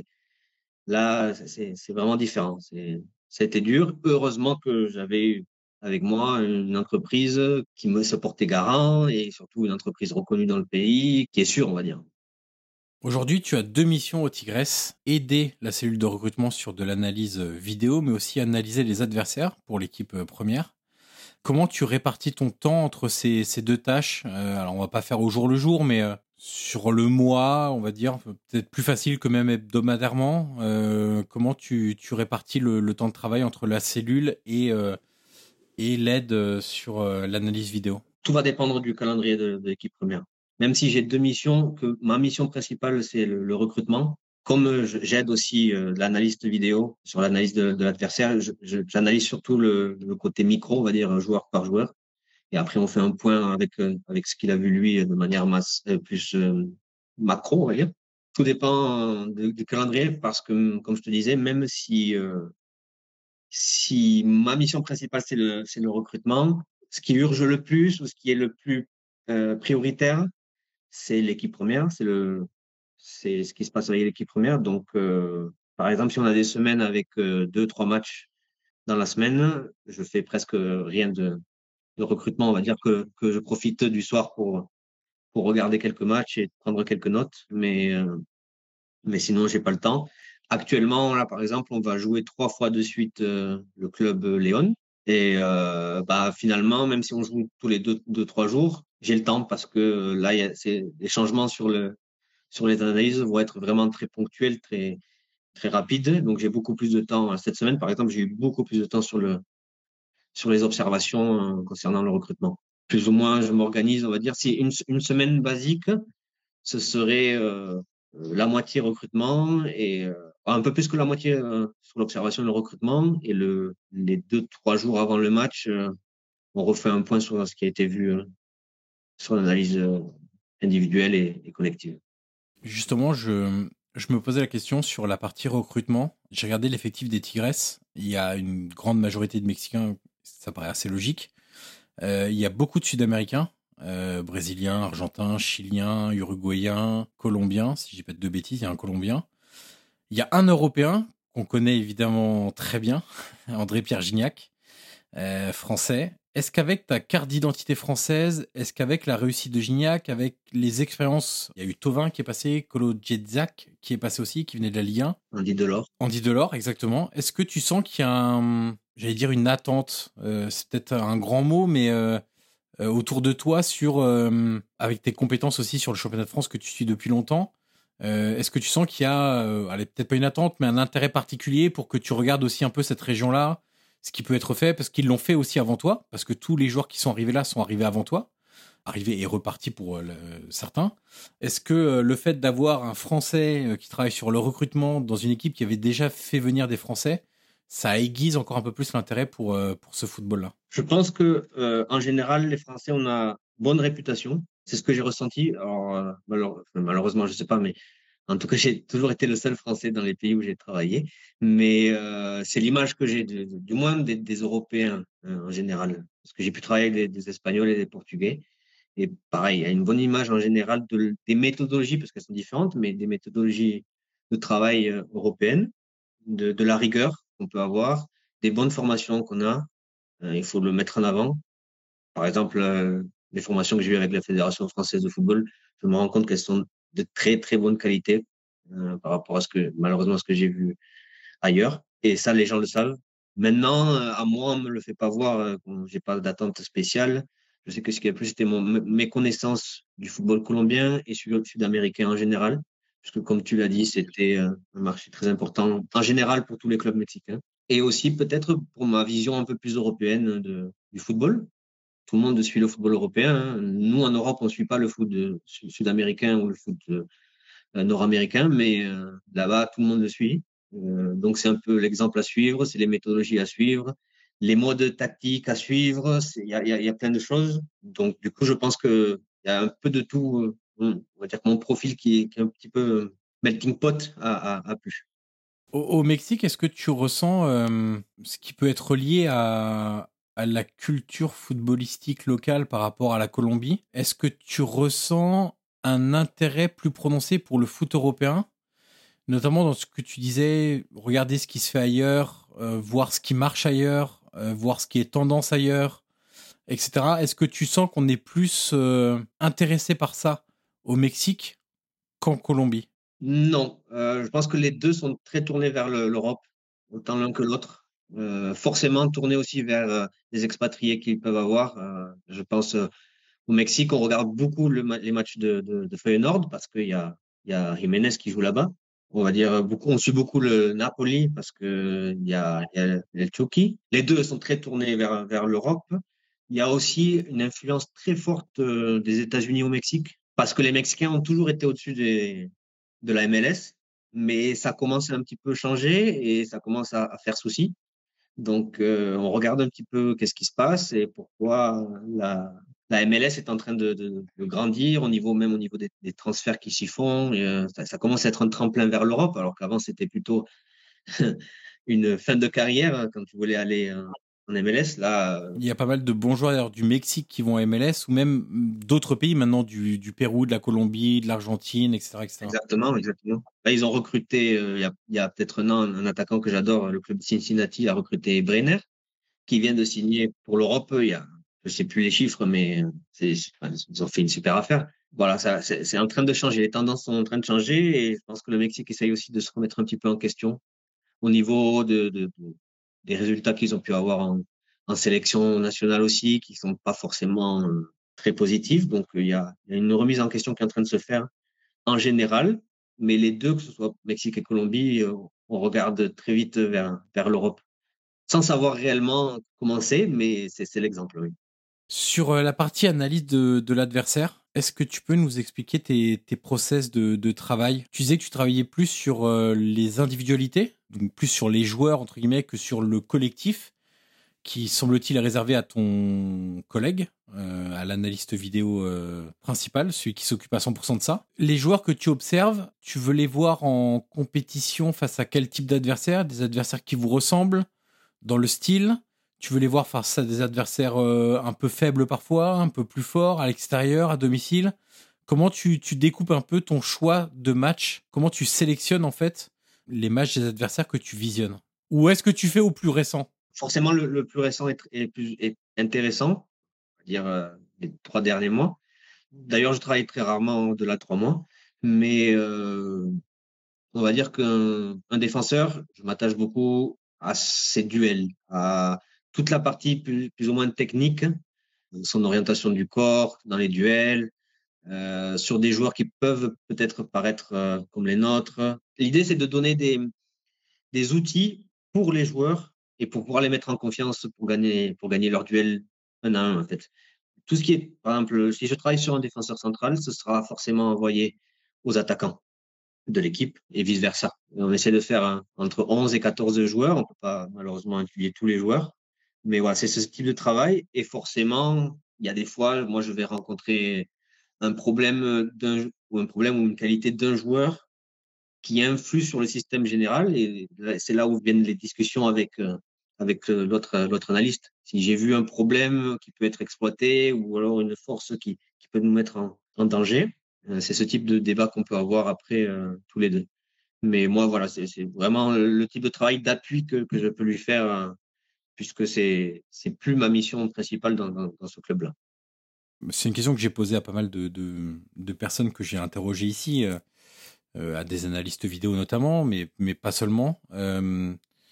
là, c'est c'est vraiment différent. C'est ça a été dur. Heureusement que j'avais eu avec moi une entreprise qui me se portait garant et surtout une entreprise reconnue dans le pays, qui est sûre, on va dire. Aujourd'hui, tu as deux missions au Tigres, aider la cellule de recrutement sur de l'analyse vidéo, mais aussi analyser les adversaires pour l'équipe euh, première. Comment tu répartis ton temps entre ces, ces deux tâches? Euh, Alors, on va pas faire au jour le jour, mais euh, sur le mois, on va dire, peut-être plus facile que même hebdomadairement. Euh, comment tu, tu répartis le, le temps de travail entre la cellule et, euh, et l'aide euh, sur euh, l'analyse vidéo? Tout va dépendre du calendrier de, de l'équipe première. Même si j'ai deux missions, que ma mission principale, c'est le, le recrutement. Comme j'aide aussi euh, l'analyste vidéo sur l'analyse de, de l'adversaire, je, je, j'analyse surtout le, le côté micro, on va dire, joueur par joueur. Et après, on fait un point avec, euh, avec ce qu'il a vu lui de manière masse, euh, plus euh, macro, on va dire. Tout dépend euh, du, du calendrier parce que, comme je te disais, même si, euh, si ma mission principale, c'est le, c'est le recrutement, ce qui urge le plus ou ce qui est le plus euh, prioritaire, c'est l'équipe première, c'est le, c'est ce qui se passe avec l'équipe première. Donc, euh, par exemple, si on a des semaines avec euh, deux, trois matchs dans la semaine, je fais presque rien de, de recrutement. On va dire que, que je profite du soir pour, pour regarder quelques matchs et prendre quelques notes. Mais, euh, mais sinon, j'ai pas le temps. Actuellement, là, par exemple, on va jouer trois fois de suite euh, le club Léon. Et euh, bah, finalement, même si on joue tous les deux, deux trois jours, j'ai le temps parce que euh, là, il y a, c'est, les changements sur, le, sur les analyses vont être vraiment très ponctuels, très, très rapides. Donc, j'ai beaucoup plus de temps. Cette semaine, par exemple, j'ai eu beaucoup plus de temps sur, le, sur les observations euh, concernant le recrutement. Plus ou moins, je m'organise, on va dire, si une, une semaine basique, ce serait euh, la moitié recrutement et euh, un peu plus que la moitié euh, sur l'observation et le recrutement. Et le, les deux, trois jours avant le match, euh, on refait un point sur ce qui a été vu euh, sur l'analyse euh, individuelle et, et collective. Justement, je, je me posais la question sur la partie recrutement. J'ai regardé l'effectif des Tigresses. Il y a une grande majorité de Mexicains, ça paraît assez logique. Euh, il y a beaucoup de Sud-Américains, euh, Brésiliens, Argentins, Chiliens, Uruguayens, Colombiens, si je dis pas de bêtises, il y a un Colombien. Il y a un Européen qu'on connaît évidemment très bien, André-Pierre Gignac, euh, français. Est-ce qu'avec ta carte d'identité française, est-ce qu'avec la réussite de Gignac, avec les expériences, il y a eu Thauvin qui est passé, Kolo Djedzak qui est passé aussi, qui venait de la Ligue un. Andy Delors. Andy Delors, exactement. Est-ce que tu sens qu'il y a un, j'allais dire une attente, euh, c'est peut-être un grand mot, mais euh, euh, autour de toi sur, euh, avec tes compétences aussi sur le championnat de France que tu suis depuis longtemps, euh, est-ce que tu sens qu'il y a, euh, allez, peut-être pas une attente, mais un intérêt particulier pour que tu regardes aussi un peu cette région-là, ce qui peut être fait, parce qu'ils l'ont fait aussi avant toi, parce que tous les joueurs qui sont arrivés là sont arrivés avant toi, arrivés et repartis pour euh, le, certains. Est-ce que euh, le fait d'avoir un Français euh, qui travaille sur le recrutement dans une équipe qui avait déjà fait venir des Français, ça aiguise encore un peu plus l'intérêt pour, euh, pour ce football-là? Je pense que euh, en général, les Français, on a bonne réputation. C'est ce que j'ai ressenti. Alors, euh, malheure- enfin, malheureusement, je sais pas, mais en tout cas, j'ai toujours été le seul Français dans les pays où j'ai travaillé. Mais euh, c'est l'image que j'ai, de- de- du moins des, des Européens euh, en général. Parce que j'ai pu travailler avec des, des Espagnols et des Portugais. Et pareil, il y a une bonne image en général de, des méthodologies, parce qu'elles sont différentes, mais des méthodologies de travail euh, européennes, de, de la rigueur qu'on peut avoir, des bonnes formations qu'on a. Euh, il faut le mettre en avant. Par exemple, euh, les formations que j'ai eues avec la Fédération française de football, je me rends compte qu'elles sont de très, très bonne qualité euh, par rapport à ce que, malheureusement, ce que j'ai vu ailleurs. Et ça, les gens le savent. Maintenant, euh, à moi, on ne me le fait pas voir. Euh, j'ai pas d'attente spéciale. Je sais que ce qui a plu, c'était mon, mes connaissances du football colombien et sud-américain en général. Parce que, comme tu l'as dit, c'était euh, un marché très important en général pour tous les clubs mexicains. Et aussi, peut-être, pour ma vision un peu plus européenne de, du football. Tout le monde suit le football européen. Hein. Nous, en Europe, on ne suit pas le foot de, sud-américain ou le foot euh, nord-américain, mais euh, là-bas, tout le monde le suit. Euh, donc, c'est un peu l'exemple à suivre, c'est les méthodologies à suivre, les modes tactiques à suivre. Il y a, y, a, y a plein de choses. Donc, du coup, je pense qu'il y a un peu de tout. Euh, on va dire que mon profil qui est, qui est un petit peu melting pot a, a, a plu. Au, au Mexique, est-ce que tu ressens euh, ce qui peut être lié à, à la culture footballistique locale par rapport à la Colombie? Est-ce que tu ressens un intérêt plus prononcé pour le foot européen, notamment dans ce que tu disais, regarder ce qui se fait ailleurs, euh, voir ce qui marche ailleurs, euh, voir ce qui est tendance ailleurs, et cetera. Est-ce que tu sens qu'on est plus euh, intéressé par ça au Mexique qu'en Colombie? Non, euh, je pense que les deux sont très tournés vers le, l'Europe, autant l'un que l'autre. Euh, forcément tournés aussi vers euh, les expatriés qu'ils peuvent avoir. Euh, je pense euh, au Mexique, on regarde beaucoup le ma- les matchs de, de, de Feyenoord parce qu'il y a, il y a Jiménez qui joue là-bas. On va dire beaucoup, on suit beaucoup le Napoli parce que il y a, il y a el Chucky. Les deux sont très tournés vers, vers l'Europe. Il y a aussi une influence très forte euh, des États-Unis au Mexique parce que les Mexicains ont toujours été au-dessus des, de la M L S, mais ça commence à un petit peu changer et ça commence à, à faire souci. Donc, euh, on regarde un petit peu qu'est-ce qui se passe et pourquoi la, la M L S est en train de, de, de grandir, au niveau, même au niveau des, des transferts qui s'y font. Et, euh, ça, ça commence à être un tremplin vers l'Europe, alors qu'avant, c'était plutôt une fin de carrière hein, quand tu voulais aller en, en M L S. Là, euh, Il y a pas mal de bons joueurs d'ailleurs, du Mexique qui vont à M L S ou même d'autres pays maintenant, du, du Pérou, de la Colombie, de l'Argentine, et cetera, et cetera. exactement, exactement. Là, ils ont recruté, euh, il y a, il y a peut-être un an, un, un attaquant que j'adore, le club de Cincinnati a recruté Brenner, qui vient de signer pour l'Europe. Il y a, je sais plus les chiffres, mais c'est, enfin, ils ont fait une super affaire. voilà, ça, c'est, c'est en train de changer. Les tendances sont en train de changer et je pense que le Mexique essaye aussi de se remettre un petit peu en question au niveau de, de, de- des résultats qu'ils ont pu avoir en, en sélection nationale aussi, qui sont pas forcément euh, très positifs. Donc, il y a, il y a une remise en question qui est en train de se faire en général, mais les deux, que ce soit Mexique et Colombie, euh, on regarde très vite vers, vers l'Europe, sans savoir réellement comment c'est, mais c'est, c'est l'exemple, oui. Sur euh, la partie analyse de, de l'adversaire, est-ce que tu peux nous expliquer tes, tes process de, de travail? Tu disais que tu travaillais plus sur euh, les individualités, donc plus sur les joueurs, entre guillemets, que sur le collectif, qui semble-t-il est réservé à ton collègue, euh, à l'analyste vidéo euh, principal, celui qui s'occupe à cent pour cent de ça. Les joueurs que tu observes, tu veux les voir en compétition face à quel type d'adversaire? Des adversaires qui vous ressemblent dans le style? Tu veux les voir face à des adversaires euh, un peu faibles parfois, un peu plus forts, à l'extérieur, à domicile? Comment tu, tu découpes un peu ton choix de match? Comment tu sélectionnes en fait les matchs des adversaires que tu visionnes? Ou est-ce que tu fais au plus récent? Forcément, le, le plus récent est, est plus est intéressant, on va dire euh, les trois derniers mois. D'ailleurs, je travaille très rarement au-delà de trois mois, mais euh, on va dire qu'un un défenseur, je m'attache beaucoup à ses duels, à toute la partie plus, plus ou moins technique, son orientation du corps dans les duels, euh, sur des joueurs qui peuvent peut-être paraître euh, comme les nôtres. L'idée, c'est de donner des, des outils pour les joueurs et pour pouvoir les mettre en confiance pour gagner, pour gagner leur duel un à un, en fait. Tout ce qui est, par exemple, si je travaille sur un défenseur central, ce sera forcément envoyé aux attaquants de l'équipe et vice-versa. On essaie de faire un, entre onze et quatorze joueurs. On ne peut pas malheureusement étudier tous les joueurs. Mais voilà, c'est ce type de travail. Et forcément, il y a des fois, moi, je vais rencontrer un problème d'un, ou un problème ou une qualité d'un joueur qui influe sur le système général. Et c'est là où viennent les discussions avec, euh, avec euh, l'autre, l'autre analyste. Si j'ai vu un problème qui peut être exploité ou alors une force qui, qui peut nous mettre en, en danger, euh, c'est ce type de débat qu'on peut avoir après euh, tous les deux. Mais moi, voilà, c'est, c'est vraiment le type de travail d'appui que, que je peux lui faire, euh, puisque c'est, c'est plus ma mission principale dans, dans, dans ce club-là. C'est une question que j'ai posée à pas mal de, de, de personnes que j'ai interrogées ici, euh, euh, à des analystes vidéo notamment, mais, mais pas seulement. Euh,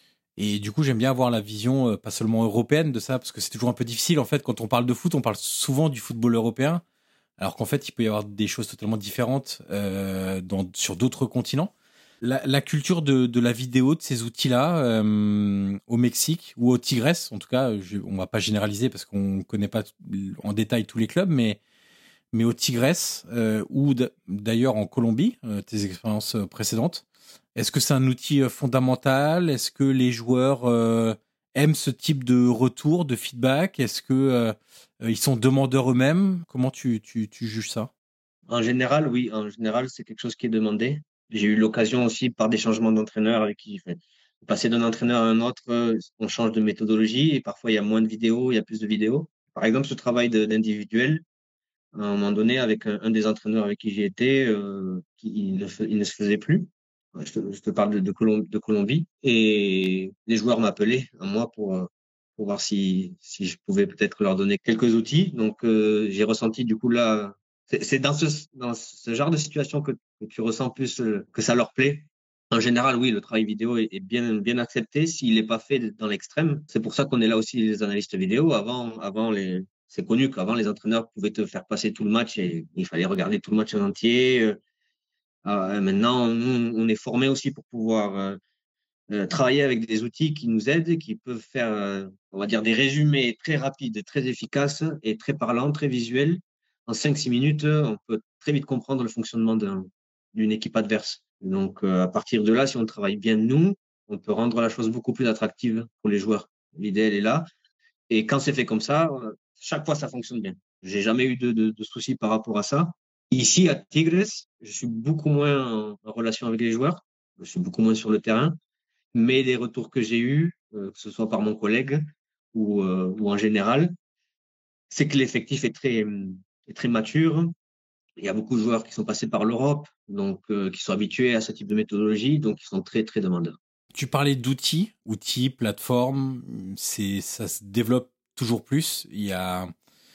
et du coup, j'aime bien avoir la vision, euh, pas seulement européenne de ça, parce que c'est toujours un peu difficile. En fait, quand on parle de foot, on parle souvent du football européen, alors qu'en fait, il peut y avoir des choses totalement différentes euh, dans, sur d'autres continents. La, la culture de, de la vidéo, de ces outils-là, euh, au Mexique ou au Tigres, en tout cas, je, on va pas généraliser parce qu'on connaît pas en détail tous les clubs, mais mais au Tigres euh, ou d- d'ailleurs en Colombie, euh, tes expériences euh, précédentes, est-ce que c'est un outil euh, fondamental? Est-ce que les joueurs euh, aiment ce type de retour, de feedback? Est-ce que euh, euh, ils sont demandeurs eux-mêmes? Comment tu, tu, tu juges ça? En général, oui, en général, c'est quelque chose qui est demandé. J'ai eu l'occasion aussi, par des changements d'entraîneur avec qui, enfin, passer d'un entraîneur à un autre, euh, on change de méthodologie et parfois il y a moins de vidéos, il y a plus de vidéos. Par exemple, ce travail de- d'individuel, à un moment donné, avec un, un des entraîneurs avec qui j'ai été, euh, qui, il, ne, fe- il ne se faisait plus. Je te, je te parle de, de, Colom- de Colombie. Et les joueurs m'appelaient à moi pour, euh, pour voir si, si je pouvais peut-être leur donner quelques outils. Donc, euh, j'ai ressenti du coup là, c'est c'est dans ce, dans ce genre de situation que, que tu ressens plus euh, que ça leur plaît. En général, oui, le travail vidéo est, est bien, bien accepté s'il n'est pas fait dans l'extrême. C'est pour ça qu'on est là aussi les analystes vidéo. Avant, avant les, c'est connu qu'avant les entraîneurs pouvaient te faire passer tout le match et il fallait regarder tout le match en entier. Euh, euh, maintenant, nous, on est formés aussi pour pouvoir euh, euh, travailler avec des outils qui nous aident, qui peuvent faire, euh, on va dire, des résumés très rapides, très efficaces et très parlants, très visuels. En cinq six minutes, on peut très vite comprendre le fonctionnement d'un, d'une équipe adverse. Donc, euh, à partir de là, si on travaille bien nous, on peut rendre la chose beaucoup plus attractive pour les joueurs. L'idée, elle est là. Et quand c'est fait comme ça, euh, chaque fois, ça fonctionne bien. J'ai jamais eu de, de, de soucis par rapport à ça. Ici, à Tigres, je suis beaucoup moins en, en relation avec les joueurs. Je suis beaucoup moins sur le terrain. Mais les retours que j'ai eus, euh, que ce soit par mon collègue ou, euh, ou en général, c'est que l'effectif est très, est très mature. Il y a beaucoup de joueurs qui sont passés par l'Europe, donc euh, qui sont habitués à ce type de méthodologie, donc ils sont très, très demandeurs. Tu parlais d'outils, outils, plateformes, c'est ça se développe toujours plus. Il y a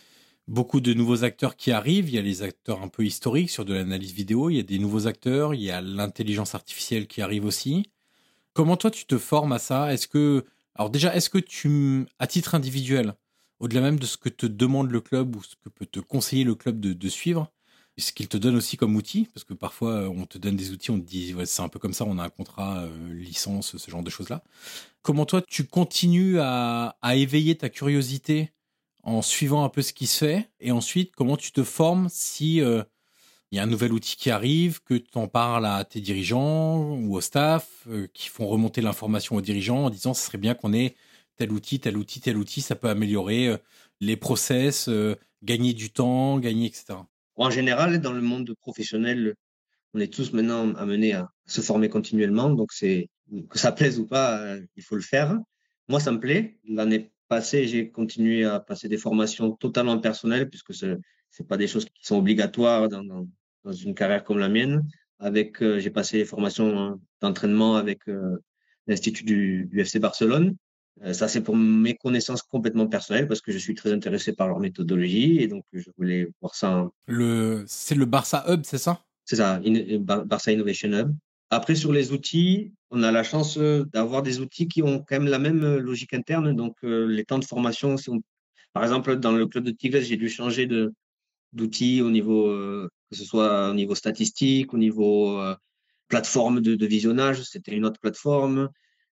beaucoup de nouveaux acteurs qui arrivent. Il y a les acteurs un peu historiques sur de l'analyse vidéo. Il y a des nouveaux acteurs. Il y a l'intelligence artificielle qui arrive aussi. Comment toi, tu te formes à ça? Est-ce que, alors déjà, est-ce que tu, à titre individuel, au-delà même de ce que te demande le club ou ce que peut te conseiller le club de, de suivre, ce qu'il te donne aussi comme outil, parce que parfois on te donne des outils, on te dit ouais, c'est un peu comme ça, on a un contrat, euh, licence, ce genre de choses-là. Comment toi, tu continues à, à éveiller ta curiosité en suivant un peu ce qui se fait, et ensuite, comment tu te formes si euh, il y a un nouvel outil qui arrive, que tu en parles à tes dirigeants ou au staff, euh, qui font remonter l'information aux dirigeants en disant ce serait bien qu'on ait tel outil, tel outil, tel outil, ça peut améliorer euh, les process, euh, gagner du temps, gagner, et cetera. En général, dans le monde professionnel, on est tous maintenant amenés à se former continuellement. Donc, c'est, que ça plaise ou pas, euh, il faut le faire. Moi, ça me plaît. L'année passée, j'ai continué à passer des formations totalement personnelles, puisque ce c'est pas des choses qui sont obligatoires dans, dans, dans une carrière comme la mienne. Avec, euh, j'ai passé des formations d'entraînement avec euh, l'Institut du, du F C Barcelone. Euh, ça, c'est pour mes connaissances complètement personnelles, parce que je suis très intéressé par leur méthodologie, et donc je voulais voir ça en, Le, c'est le Barça Hub, c'est ça? c'est ça, In- Bar- Barça Innovation Hub. Après, sur les outils, on a la chance euh, d'avoir des outils qui ont quand même la même euh, logique interne. Donc, euh, les temps de formation, si on- par exemple, dans le club de Tigres, j'ai dû changer de, d'outils au niveau, euh, que ce soit au niveau statistique, au niveau euh, plateforme de, de visionnage, c'était une autre plateforme.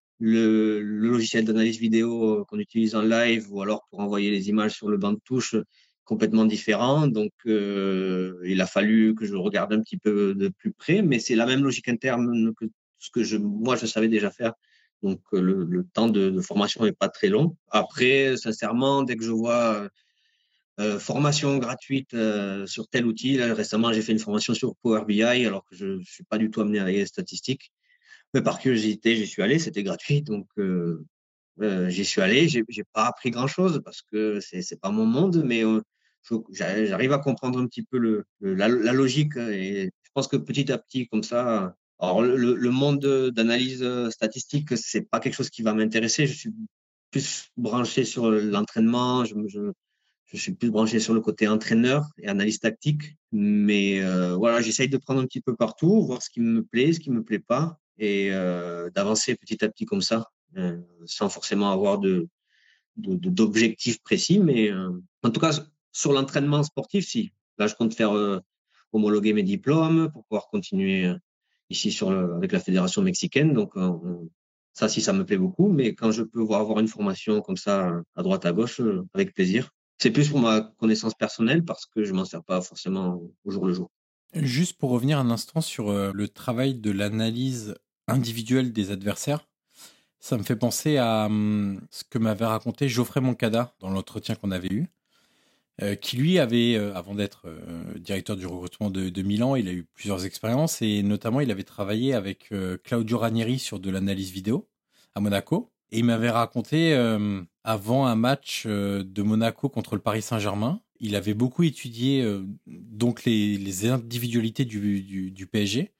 Le, le logiciel d'analyse vidéo euh, qu'on utilise en live ou alors pour envoyer les images sur le banc de touche, complètement différent. Donc, euh, il a fallu que je regarde un petit peu de plus près, mais c'est la même logique interne que ce que je, moi, je savais déjà faire. Donc, euh, le, le temps de, de formation n'est pas très long. Après, sincèrement, dès que je vois euh, formation gratuite euh, sur tel outil, là, récemment, j'ai fait une formation sur Power B I, alors que je ne suis pas du tout amené à les statistiques. Mais par curiosité, j'y suis allé, c'était gratuit, donc euh, euh, j'y suis allé. J'ai, j'ai pas appris grand-chose parce que c'est c'est pas mon monde, mais euh, je- j'a- j'arrive à comprendre un petit peu le, le- la, la logique, et je pense que petit à petit, comme ça. Alors le, le le monde de- d'analyse euh, statistique, c'est pas quelque chose qui va m'intéresser. Je suis plus branché sur l'entraînement. Je, me- je, je suis plus branché sur le côté entraîneur et analyse tactique. Mais euh, voilà, j'essaye de prendre un petit peu partout, voir ce qui me plaît, ce qui me plaît pas, et euh, d'avancer petit à petit comme ça, euh, sans forcément avoir de, de, de- d'objectifs précis. Mais euh, en tout cas, sur l'entraînement sportif, si. Là, je compte faire euh, homologuer mes diplômes pour pouvoir continuer euh, ici sur le, avec la fédération mexicaine. Donc, euh, on- ça, si, ça me plaît beaucoup. Mais quand je peux voir- avoir une formation comme ça, à droite, à gauche, euh, avec plaisir. C'est plus pour ma connaissance personnelle parce que je m'en sers pas forcément au jour le jour. Juste pour revenir un instant sur euh, le travail de l'analyse individuelle des adversaires, ça me fait penser à hum, ce que m'avait raconté Geoffrey Moncada dans l'entretien qu'on avait eu, euh, qui lui avait, euh, avant d'être euh, directeur du recrutement de, de Milan, il a eu plusieurs expériences et notamment il avait travaillé avec euh, Claudio Ranieri sur de l'analyse vidéo à Monaco. Et il m'avait raconté, euh, avant un match euh, de Monaco contre le Paris Saint-Germain, il avait beaucoup étudié euh, donc les, les individualités du, du, du P S G.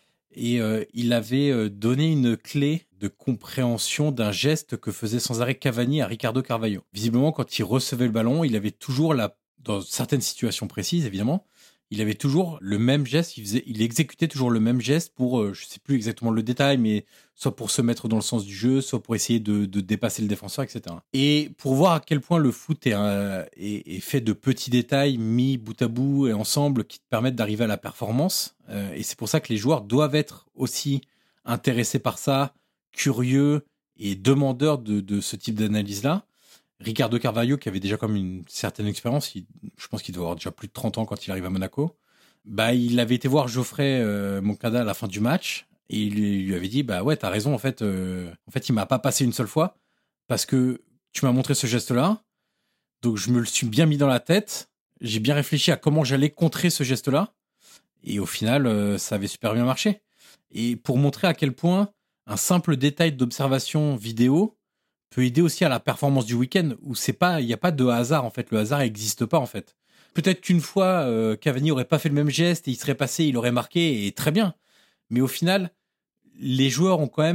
Et euh, il avait euh, donné une clé de compréhension d'un geste que faisait sans arrêt Cavani à Ricardo Carvalho. Visiblement, quand il recevait le ballon, il avait toujours, la, dans certaines situations précises, évidemment, il avait toujours le même geste, il, faisait, il exécutait toujours le même geste pour, euh, je sais plus exactement le détail, mais soit pour se mettre dans le sens du jeu, soit pour essayer de, de dépasser le défenseur, et cetera. Et pour voir à quel point le foot est, euh, est, est fait de petits détails mis bout à bout et ensemble qui te permettent d'arriver à la performance, euh, et c'est pour ça que les joueurs doivent être aussi intéressés par ça, curieux et demandeurs de, de ce type d'analyse-là. Ricardo Carvalho, qui avait déjà comme une certaine expérience, il, je pense qu'il doit avoir déjà plus de trente ans quand il arrive à Monaco, bah, il avait été voir Geoffrey euh, Moncada à la fin du match et il lui, lui avait dit bah ouais, t'as raison, en fait, euh, en fait, il m'a pas passé une seule fois parce que tu m'as montré ce geste-là, donc je me le suis bien mis dans la tête, j'ai bien réfléchi à comment j'allais contrer ce geste-là et au final, euh, ça avait super bien marché. Et pour montrer à quel point un simple détail d'observation vidéo peut aider aussi à la performance du week-end, où c'est pas, il n'y a pas de hasard en fait, le hasard n'existe pas en fait. Peut-être qu'une fois, euh, Cavani aurait pas fait le même geste et il serait passé, il aurait marqué et très bien. Mais au final, les joueurs ont quand même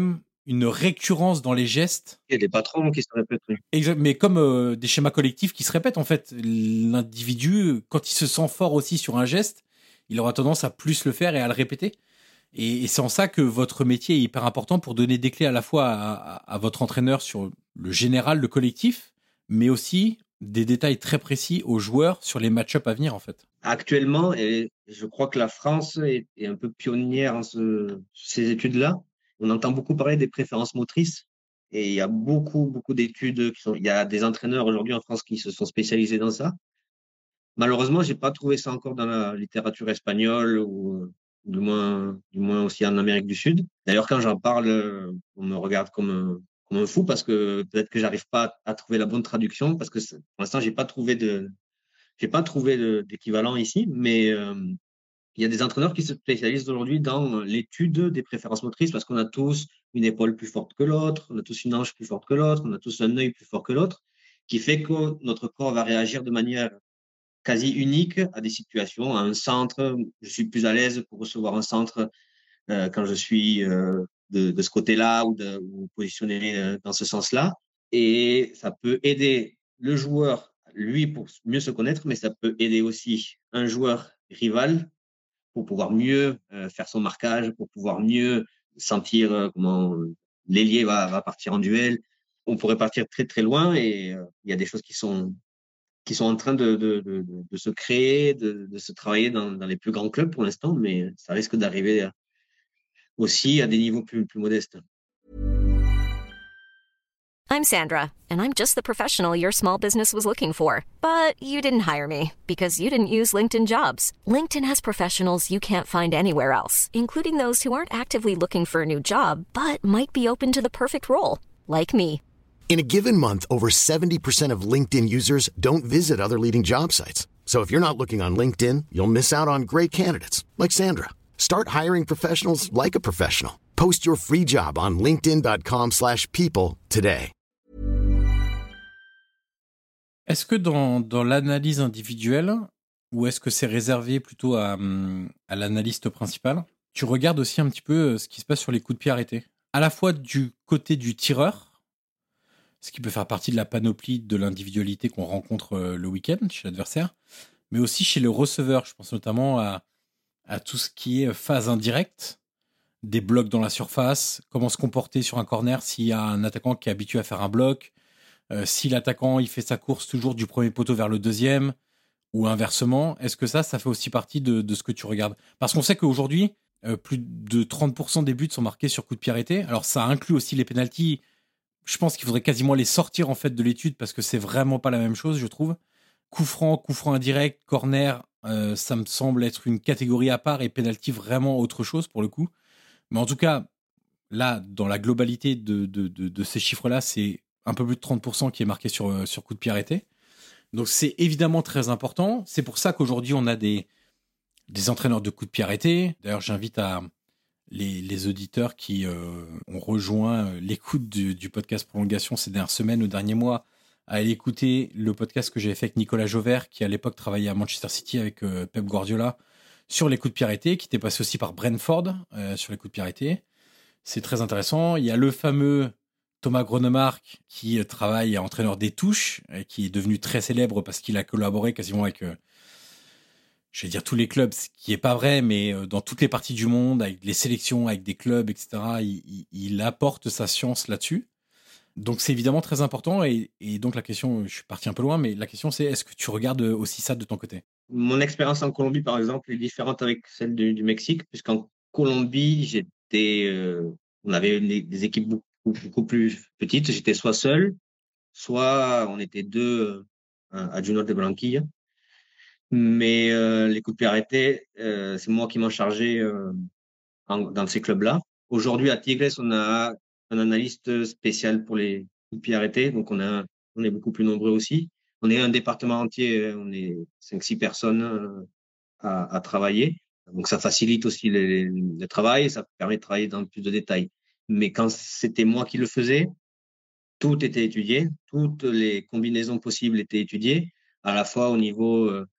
une récurrence dans les gestes. Il y a des patrons qui se répètent. Oui. Exact, mais comme euh, des schémas collectifs qui se répètent en fait. L'individu, quand il se sent fort aussi sur un geste, il aura tendance à plus le faire et à le répéter. Et, et c'est en ça que votre métier est hyper important pour donner des clés à la fois à, à, à votre entraîneur sur le général, le collectif, mais aussi des détails très précis aux joueurs sur les match-ups à venir en fait. Actuellement, et je crois que la France est, est un peu pionnière en ce, ces études-là. On entend beaucoup parler des préférences motrices et il y a beaucoup, beaucoup d'études qui sont, il y a des entraîneurs aujourd'hui en France qui se sont spécialisés dans ça. Malheureusement, j'ai pas trouvé ça encore dans la littérature espagnole ou du moins, du moins aussi en Amérique du Sud. D'ailleurs, quand j'en parle, on me regarde comme un, comme un fou parce que peut-être que j'arrive pas à, à trouver la bonne traduction parce que pour l'instant, j'ai pas trouvé de, j'ai pas trouvé de, d'équivalent ici, mais euh, il y a des entraîneurs qui se spécialisent aujourd'hui dans l'étude des préférences motrices parce qu'on a tous une épaule plus forte que l'autre, on a tous une hanche plus forte que l'autre, on a tous un œil plus fort que l'autre, qui fait que notre corps va réagir de manière quasi unique à des situations, à un centre. Je suis plus à l'aise pour recevoir un centre euh, quand je suis euh, de, de ce côté-là ou, de, ou positionné euh, dans ce sens-là. Et ça peut aider le joueur, lui, pour mieux se connaître, mais ça peut aider aussi un joueur rival pour pouvoir mieux euh, faire son marquage, pour pouvoir mieux sentir euh, comment l'ailier va, va partir en duel. On pourrait partir très très loin et euh, il y a des choses qui sont qui sont en train de, de, de, de se créer, de, de se travailler dans, dans les plus grands clubs pour l'instant, mais ça risque d'arriver aussi à des niveaux plus, plus modestes. I'm Sandra, and I'm just the professional your small business was looking for. But you didn't hire me because you didn't use LinkedIn Jobs. LinkedIn has professionals you can't find anywhere else, including those who aren't actively looking for a new job, but might be open to the perfect role, like me. In a given month, over seventy percent of LinkedIn users don't visit other leading job sites. So if you're not looking on LinkedIn, you'll miss out on great candidates like Sandra. Start hiring professionals like a professional. Post your free job on linkedin.com slash people today. Est-ce que dans, dans l'analyse individuelle, ou est-ce que c'est réservé plutôt à, à l'analyste principal, tu regardes aussi un petit peu ce qui se passe sur les coups de pied arrêtés, à la fois du côté du tireur, ce qui peut faire partie de la panoplie de l'individualité qu'on rencontre le week-end chez l'adversaire, mais aussi chez le receveur. Je pense notamment à, à tout ce qui est phase indirecte, des blocs dans la surface, comment se comporter sur un corner s'il y a un attaquant qui est habitué à faire un bloc, euh, si l'attaquant il fait sa course toujours du premier poteau vers le deuxième, ou inversement. Est-ce que ça, ça fait aussi partie de, de ce que tu regardes ? Parce qu'on sait qu'aujourd'hui, euh, plus de trente pour cent des buts sont marqués sur coup de pied arrêté. Alors ça inclut aussi les pénaltys. Je pense qu'il faudrait quasiment les sortir en fait de l'étude parce que c'est vraiment pas la même chose, je trouve. Coup franc, coup franc indirect, corner, euh, ça me semble être une catégorie à part et pénalty vraiment autre chose pour le coup. Mais en tout cas, là, dans la globalité de, de, de, de ces chiffres-là, c'est un peu plus de trente pour cent qui est marqué sur, sur coup de pied arrêté. Donc c'est évidemment très important. C'est pour ça qu'aujourd'hui, on a des, des entraîneurs de coup de pied arrêté. D'ailleurs, j'invite à Les, les auditeurs qui euh, ont rejoint l'écoute du, du podcast Prolongation ces dernières semaines ou derniers mois à aller écouter le podcast que j'avais fait avec Nicolas Jauvert, qui à l'époque travaillait à Manchester City avec euh, Pep Guardiola sur les coups de pied arrêtés, qui était passé aussi par Brentford euh, sur les coups de pied arrêtés. C'est très intéressant. Il y a le fameux Thomas Gronemark qui travaille à entraîneur des touches, et qui est devenu très célèbre parce qu'il a collaboré quasiment avec... Euh, je vais dire tous les clubs, ce qui est pas vrai, mais dans toutes les parties du monde, avec les sélections, avec des clubs, et cetera, il, il, il apporte sa science là-dessus. Donc c'est évidemment très important. Et, et donc la question, je suis parti un peu loin, mais la question c'est, est-ce que tu regardes aussi ça de ton côté ? Mon expérience en Colombie, par exemple, est différente avec celle du, du Mexique, puisqu'en Colombie, j'étais, euh, on avait des, des équipes beaucoup, beaucoup plus petites. J'étais soit seul, soit on était deux euh, à Junior de Barranquilla. Mais euh, les coups de pied arrêtés, euh, c'est moi qui m'en chargeais euh, en, dans ces clubs-là. Aujourd'hui, à Tigres, on a un analyste spécial pour les coups de pied arrêtés. Donc, on, a, on est beaucoup plus nombreux aussi. On est un département entier, on est cinq six personnes euh, à, à travailler. Donc, ça facilite aussi le, le travail et ça permet de travailler dans plus de détails. Mais quand c'était moi qui le faisais, tout était étudié. Toutes les combinaisons possibles étaient étudiées, à la fois au niveau... Euh,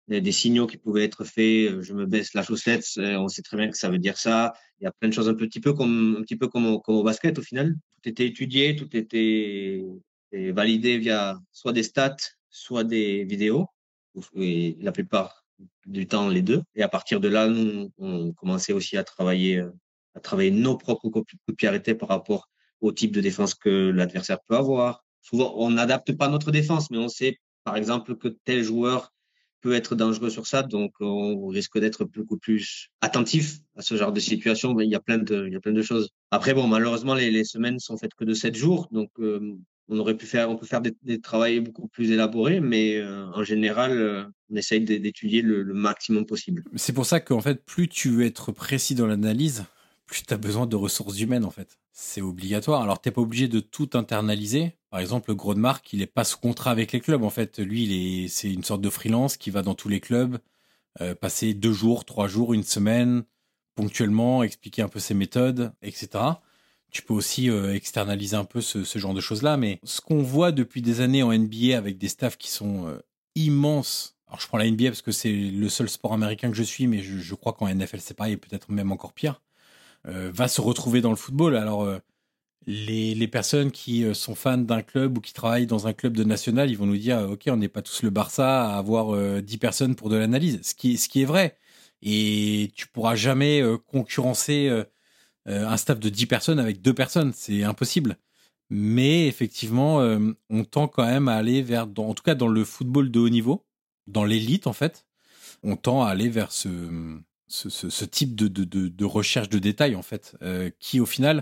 Il y a des signaux qui pouvaient être faits. Je me baisse la chaussette, on sait très bien que ça veut dire ça. Il y a plein de choses un petit peu comme, un petit peu comme au, comme au basket au final. Tout était étudié, tout était validé via soit des stats, soit des vidéos. Et la plupart du temps, les deux. Et à partir de là, nous, on commençait aussi à travailler, à travailler nos propres coups de pied arrêtés par rapport au type de défense que l'adversaire peut avoir. Souvent, on n'adapte pas notre défense, mais on sait, par exemple, que tel joueur peut être dangereux sur ça, donc on risque d'être beaucoup plus attentif à ce genre de situation. Mais il y a plein de, il y a plein de choses. Après, bon, malheureusement, les, les semaines sont faites que de sept jours, donc euh, on aurait pu faire, on peut faire des, des travaux beaucoup plus élaborés, mais euh, en général, euh, on essaye d'étudier le, le maximum possible. C'est pour ça qu'en fait, plus tu veux être précis dans l'analyse, plus tu as besoin de ressources humaines, en fait. C'est obligatoire. Alors, t'es pas obligé de tout internaliser. Par exemple, le Grodemark, il est pas sous contrat avec les clubs. En fait, lui, il est, c'est une sorte de freelance qui va dans tous les clubs, euh, passer deux jours, trois jours, une semaine, ponctuellement, expliquer un peu ses méthodes, et cetera. Tu peux aussi euh, externaliser un peu ce, ce genre de choses-là. Mais ce qu'on voit depuis des années en N B A avec des staffs qui sont euh, immenses. Alors, je prends la N B A parce que c'est le seul sport américain que je suis, mais je, je crois qu'en N F L, c'est pareil, et peut-être même encore pire. Euh, va se retrouver dans le football. Alors, euh, les, les personnes qui euh, sont fans d'un club ou qui travaillent dans un club de national, ils vont nous dire « Ok, on n'est pas tous le Barça à avoir euh, dix personnes pour de l'analyse », ce qui, ce qui est vrai. Et tu pourras jamais euh, concurrencer euh, euh, un staff de dix personnes avec deux personnes. C'est impossible. Mais effectivement, euh, on tend quand même à aller vers, dans, en tout cas dans le football de haut niveau, dans l'élite en fait, on tend à aller vers ce... Ce, ce, ce type de, de, de, de recherche de détails, en fait, euh, qui, au final,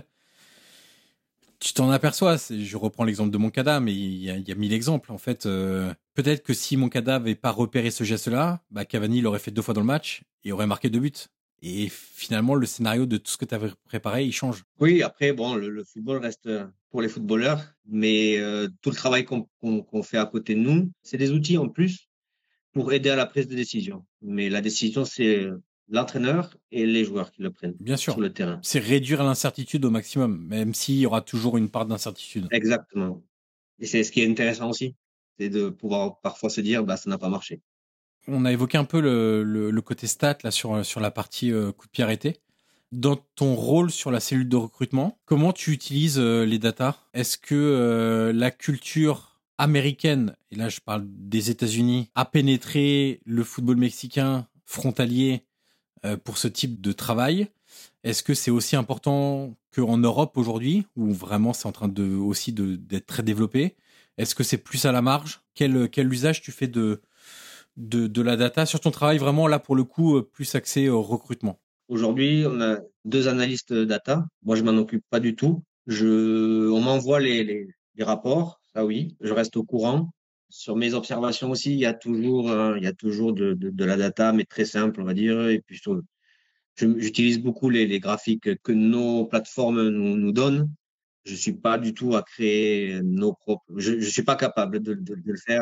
tu t'en aperçois. C'est, je reprends l'exemple de Moncada, mais il y a, il y a mille exemples. En fait, euh, peut-être que si Moncada n'avait pas repéré ce geste-là, bah, Cavani l'aurait fait deux fois dans le match et aurait marqué deux buts. Et finalement, le scénario de tout ce que tu avais préparé, il change. Oui, après, bon, le, le football reste pour les footballeurs, mais euh, tout le travail qu'on, qu'on, qu'on fait à côté de nous, c'est des outils en plus pour aider à la prise de décision. Mais la décision, c'est l'entraîneur et les joueurs qui le prennent. Bien sûr. Sur le terrain. C'est réduire l'incertitude au maximum, même s'il y aura toujours une part d'incertitude. Exactement. Et c'est ce qui est intéressant aussi, c'est de pouvoir parfois se dire, bah, ça n'a pas marché. On a évoqué un peu le, le, le côté stat là sur, sur la partie euh, coup de pied arrêté. Dans ton rôle sur la cellule de recrutement, comment tu utilises euh, les datas ? Est-ce que euh, la culture américaine, et là je parle des États-Unis, a pénétré le football mexicain frontalier euh, pour ce type de travail ? Est-ce que c'est aussi important qu'en Europe aujourd'hui, où vraiment c'est en train de, aussi de, d'être très développé ? Est-ce que c'est plus à la marge ? Quel, quel usage tu fais de, de, de la data sur ton travail, vraiment là pour le coup, plus axé au recrutement ? Aujourd'hui, on a deux analystes data. Moi, je m'en occupe pas du tout. Je, on m'envoie les, les, les rapports, ça oui. Je reste au courant. Sur mes observations aussi, il y a toujours, euh, il y a toujours de, de, de la data, mais très simple, on va dire. Et puis, sur, je, j'utilise beaucoup les, les graphiques que nos plateformes nous, nous donnent. Je suis pas du tout à créer nos propres. Je, je suis pas capable de, de, de le faire.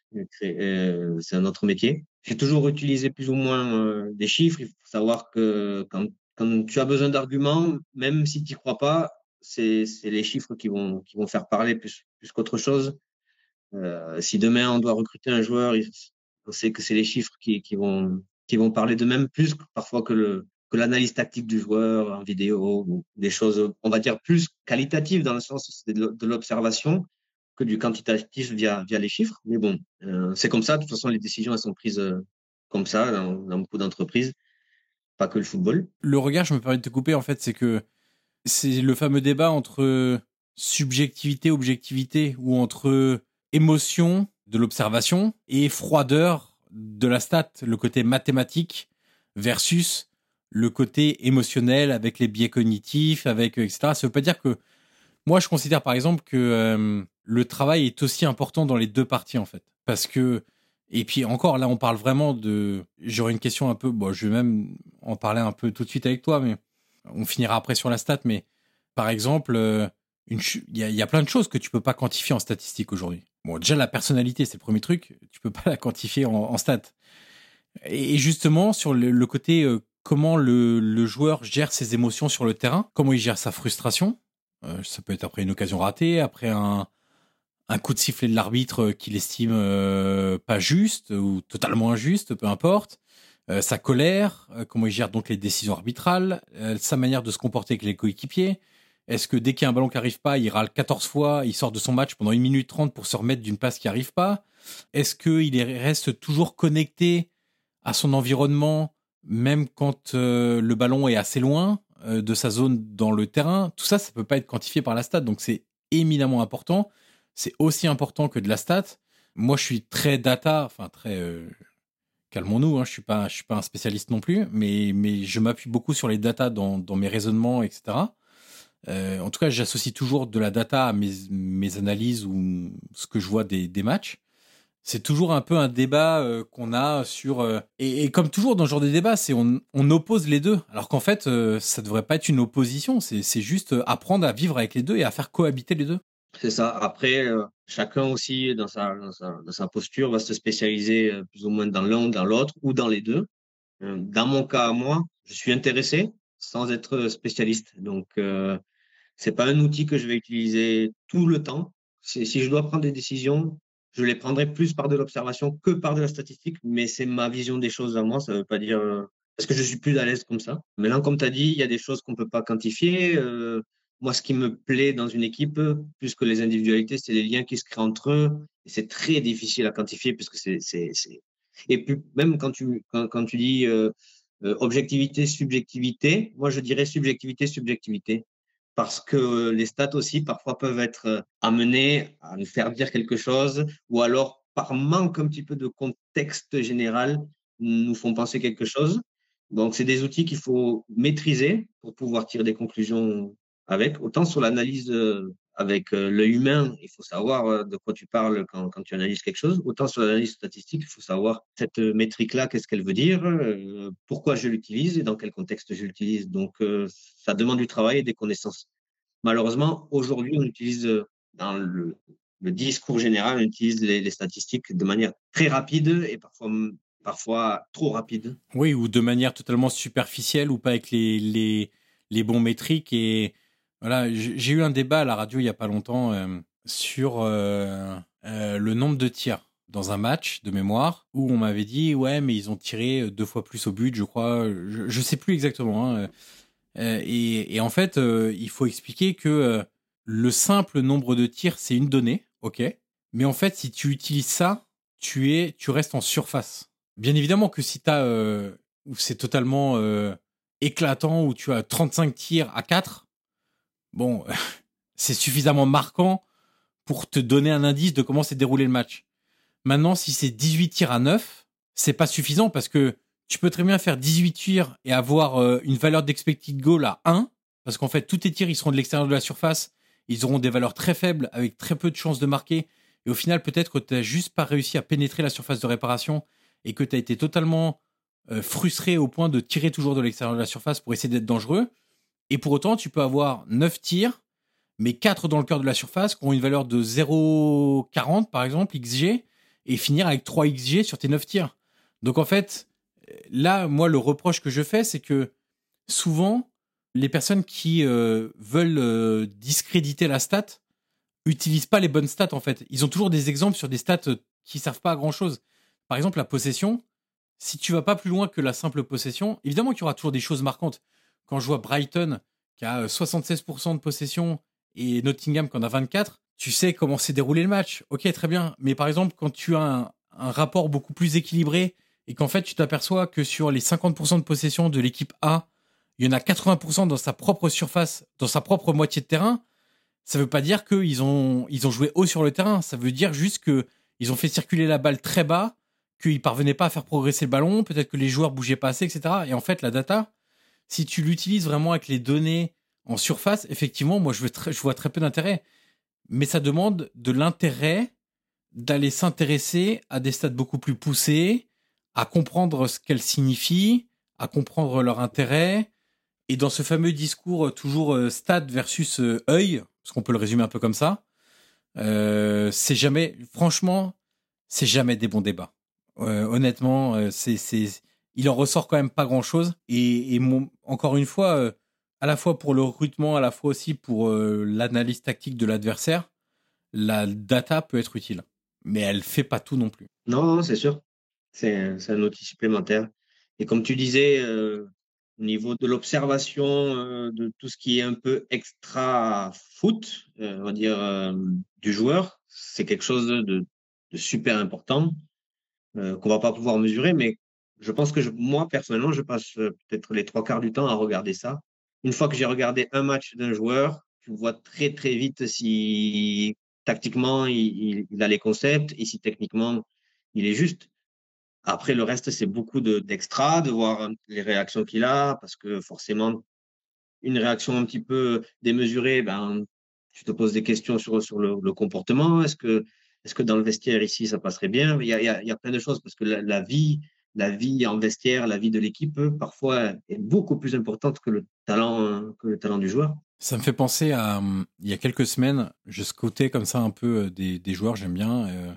Euh, c'est un autre métier. J'ai toujours utilisé plus ou moins euh, des chiffres. Il faut savoir que quand, quand tu as besoin d'arguments, même si tu n'y crois pas, c'est, c'est les chiffres qui vont, qui vont faire parler plus, plus qu'autre chose. Euh, si demain on doit recruter un joueur, on sait que c'est les chiffres qui, qui, vont, qui vont parler d'eux-mêmes plus parfois que, le, que l'analyse tactique du joueur en vidéo, ou des choses, on va dire, plus qualitatives dans le sens où c'est de l'observation que du quantitatif via, via les chiffres. Mais bon, euh, c'est comme ça. De toute façon, les décisions, elles sont prises euh, comme ça dans, dans beaucoup d'entreprises, pas que le football. Le regard, je me permets de te couper, en fait, c'est que c'est le fameux débat entre subjectivité, objectivité, ou entre émotion de l'observation et froideur de la stat, le côté mathématique versus le côté émotionnel avec les biais cognitifs, avec et cetera. Ça veut pas dire que moi, je considère par exemple que euh, le travail est aussi important dans les deux parties en fait, parce que et puis encore là, on parle vraiment de. J'aurais une question un peu. Bon, je vais même en parler un peu tout de suite avec toi, mais on finira après sur la stat. Mais par exemple, euh, une ch- il y a, y a plein de choses que tu peux pas quantifier en statistique aujourd'hui. Bon, déjà la personnalité, c'est le premier truc. Tu peux pas la quantifier en, en stat. Et, et justement sur le, le côté euh, comment le, le joueur gère ses émotions sur le terrain, comment il gère sa frustration. Euh, ça peut être après une occasion ratée, après un, un coup de sifflet de l'arbitre qu'il estime euh, pas juste ou totalement injuste, peu importe. Euh, sa colère, euh, comment il gère donc les décisions arbitrales, euh, sa manière de se comporter avec les coéquipiers. Est-ce que dès qu'il y a un ballon qui arrive pas, il râle quatorze fois, il sort de son match pendant une minute trente pour se remettre d'une passe qui arrive pas? Est-ce qu'il reste toujours connecté à son environnement, même quand euh, le ballon est assez loin euh, de sa zone dans le terrain? Tout ça, ça peut pas être quantifié par la stat, donc c'est éminemment important. C'est aussi important que de la stat. Moi, je suis très data, enfin très... Euh, calmons-nous, hein, je suis pas, je suis pas un spécialiste non plus, mais, mais je m'appuie beaucoup sur les datas dans, dans mes raisonnements, et cetera. Euh, en tout cas, j'associe toujours de la data à mes, mes analyses ou ce que je vois des, des matchs. C'est toujours un peu un débat euh, qu'on a sur... Euh, et, et comme toujours dans ce genre de débat, c'est on, on oppose les deux. Alors qu'en fait, euh, ça devrait pas être une opposition. C'est, c'est juste apprendre à vivre avec les deux et à faire cohabiter les deux. C'est ça. Après, euh, chacun aussi, dans sa, dans, sa, dans sa posture, va se spécialiser euh, plus ou moins dans l'un ou dans l'autre, ou dans les deux. Euh, dans mon cas, moi, je suis intéressé sans être spécialiste. Donc, euh, c'est pas un outil que je vais utiliser tout le temps. Si, si je dois prendre des décisions, je les prendrai plus par de l'observation que par de la statistique, mais c'est ma vision des choses à moi. Ça veut pas dire... Euh, parce que je suis plus à l'aise comme ça. Maintenant, comme tu as dit, il y a des choses qu'on peut pas quantifier. Euh, moi, ce qui me plaît dans une équipe, plus que les individualités, c'est les liens qui se créent entre eux. Et c'est très difficile à quantifier puisque c'est... c'est, c'est... Et puis, même quand tu, quand, quand tu dis euh, euh, objectivité, subjectivité, moi, je dirais subjectivité, subjectivité. Parce que les stats aussi, parfois, peuvent être amenées à nous faire dire quelque chose, ou alors, par manque un petit peu de contexte général, nous font penser quelque chose. Donc, c'est des outils qu'il faut maîtriser pour pouvoir tirer des conclusions avec. Autant sur l'analyse avec l'œil humain, il faut savoir de quoi tu parles quand, quand tu analyses quelque chose. Autant sur l'analyse statistique, il faut savoir cette métrique-là, qu'est-ce qu'elle veut dire, euh, pourquoi je l'utilise et dans quel contexte je l'utilise. Donc, euh, ça demande du travail et des connaissances. Malheureusement, aujourd'hui, on utilise euh, dans le, le discours général, on utilise les, les statistiques de manière très rapide et parfois, parfois trop rapide. Oui, ou de manière totalement superficielle ou pas avec les, les, les bons métriques. Et voilà, j'ai eu un débat à la radio il n'y a pas longtemps euh, sur euh, euh, le nombre de tirs dans un match de mémoire où on m'avait dit ouais mais ils ont tiré deux fois plus au but, je crois, je, je sais plus exactement. Hein. Euh, et, et en fait, euh, il faut expliquer que euh, le simple nombre de tirs c'est une donnée, ok. Mais en fait, si tu utilises ça, tu es, tu restes en surface. Bien évidemment que si t'as, euh, où c'est totalement euh, éclatant, où tu as trente-cinq tirs à quatre, bon, c'est suffisamment marquant pour te donner un indice de comment s'est déroulé le match. Maintenant, si c'est dix-huit tirs à neuf, c'est pas suffisant parce que tu peux très bien faire dix-huit tirs et avoir euh, une valeur d'expected goal à un, parce qu'en fait, tous tes tirs, ils seront de l'extérieur de la surface, ils auront des valeurs très faibles avec très peu de chances de marquer, et au final, peut-être que tu n'as juste pas réussi à pénétrer la surface de réparation et que tu as été totalement euh, frustré au point de tirer toujours de l'extérieur de la surface pour essayer d'être dangereux. Et pour autant, tu peux avoir neuf tirs, mais quatre dans le cœur de la surface qui ont une valeur de zéro virgule quarante, par exemple, X G, et finir avec trois X G sur tes neuf tirs. Donc en fait, là, moi, le reproche que je fais, c'est que souvent, les personnes qui euh, veulent euh, discréditer la stat utilisent pas les bonnes stats, en fait. Ils ont toujours des exemples sur des stats qui servent pas à grand-chose. Par exemple, la possession, si tu vas pas plus loin que la simple possession, évidemment qu'il y aura toujours des choses marquantes. Quand je vois Brighton, qui a soixante-seize pour cent de possession, et Nottingham qui en a vingt-quatre, tu sais comment s'est déroulé le match. Ok, très bien. Mais par exemple, quand tu as un, un rapport beaucoup plus équilibré, et qu'en fait, tu t'aperçois que sur les cinquante pour cent de possession de l'équipe A, il y en a quatre-vingts pour cent dans sa propre surface, dans sa propre moitié de terrain, ça veut pas dire qu'ils ont, ils ont joué haut sur le terrain. Ça veut dire juste qu'ils ont fait circuler la balle très bas, qu'ils parvenaient pas à faire progresser le ballon, peut-être que les joueurs bougeaient pas assez, et cetera. Et en fait, la data, si tu l'utilises vraiment avec les données en surface, effectivement, moi, je, veux très, je vois très peu d'intérêt. Mais ça demande de l'intérêt d'aller s'intéresser à des stats beaucoup plus poussées, à comprendre ce qu'elles signifient, à comprendre leur intérêt. Et dans ce fameux discours toujours euh, stade versus euh, œil, parce qu'on peut le résumer un peu comme ça, euh, c'est jamais, franchement, c'est jamais des bons débats. Euh, honnêtement, euh, c'est, c'est, il en ressort quand même pas grand-chose. Et, et mon, encore une fois, euh, à la fois pour le recrutement, à la fois aussi pour euh, l'analyse tactique de l'adversaire, la data peut être utile, mais elle fait pas tout non plus. Non, non, c'est sûr. C'est, c'est un outil supplémentaire. Et comme tu disais, euh, au niveau de l'observation euh, de tout ce qui est un peu extra foot, euh, on va dire, euh, du joueur, c'est quelque chose de, de super important euh, qu'on va pas pouvoir mesurer, mais je pense que je- moi, personnellement, je passe euh, peut-être les trois quarts du temps à regarder ça. Une fois que j'ai regardé un match d'un joueur, tu vois très, très vite si tactiquement, il, il, il a les concepts et si techniquement, il est juste. Après, le reste, c'est beaucoup de, d'extra, de voir les réactions qu'il a, parce que forcément, une réaction un petit peu démesurée, ben, tu te poses des questions sur, sur le, le comportement. Est-ce que, est-ce que dans le vestiaire ici, ça passerait bien? Il y a, il y a, il y a plein de choses parce que la, la vie, la vie en vestiaire, la vie de l'équipe, parfois, est beaucoup plus importante que le talent, que le talent du joueur. Ça me fait penser à, hum, il y a quelques semaines, je scoutais comme ça un peu euh, des, des joueurs, j'aime bien. euh,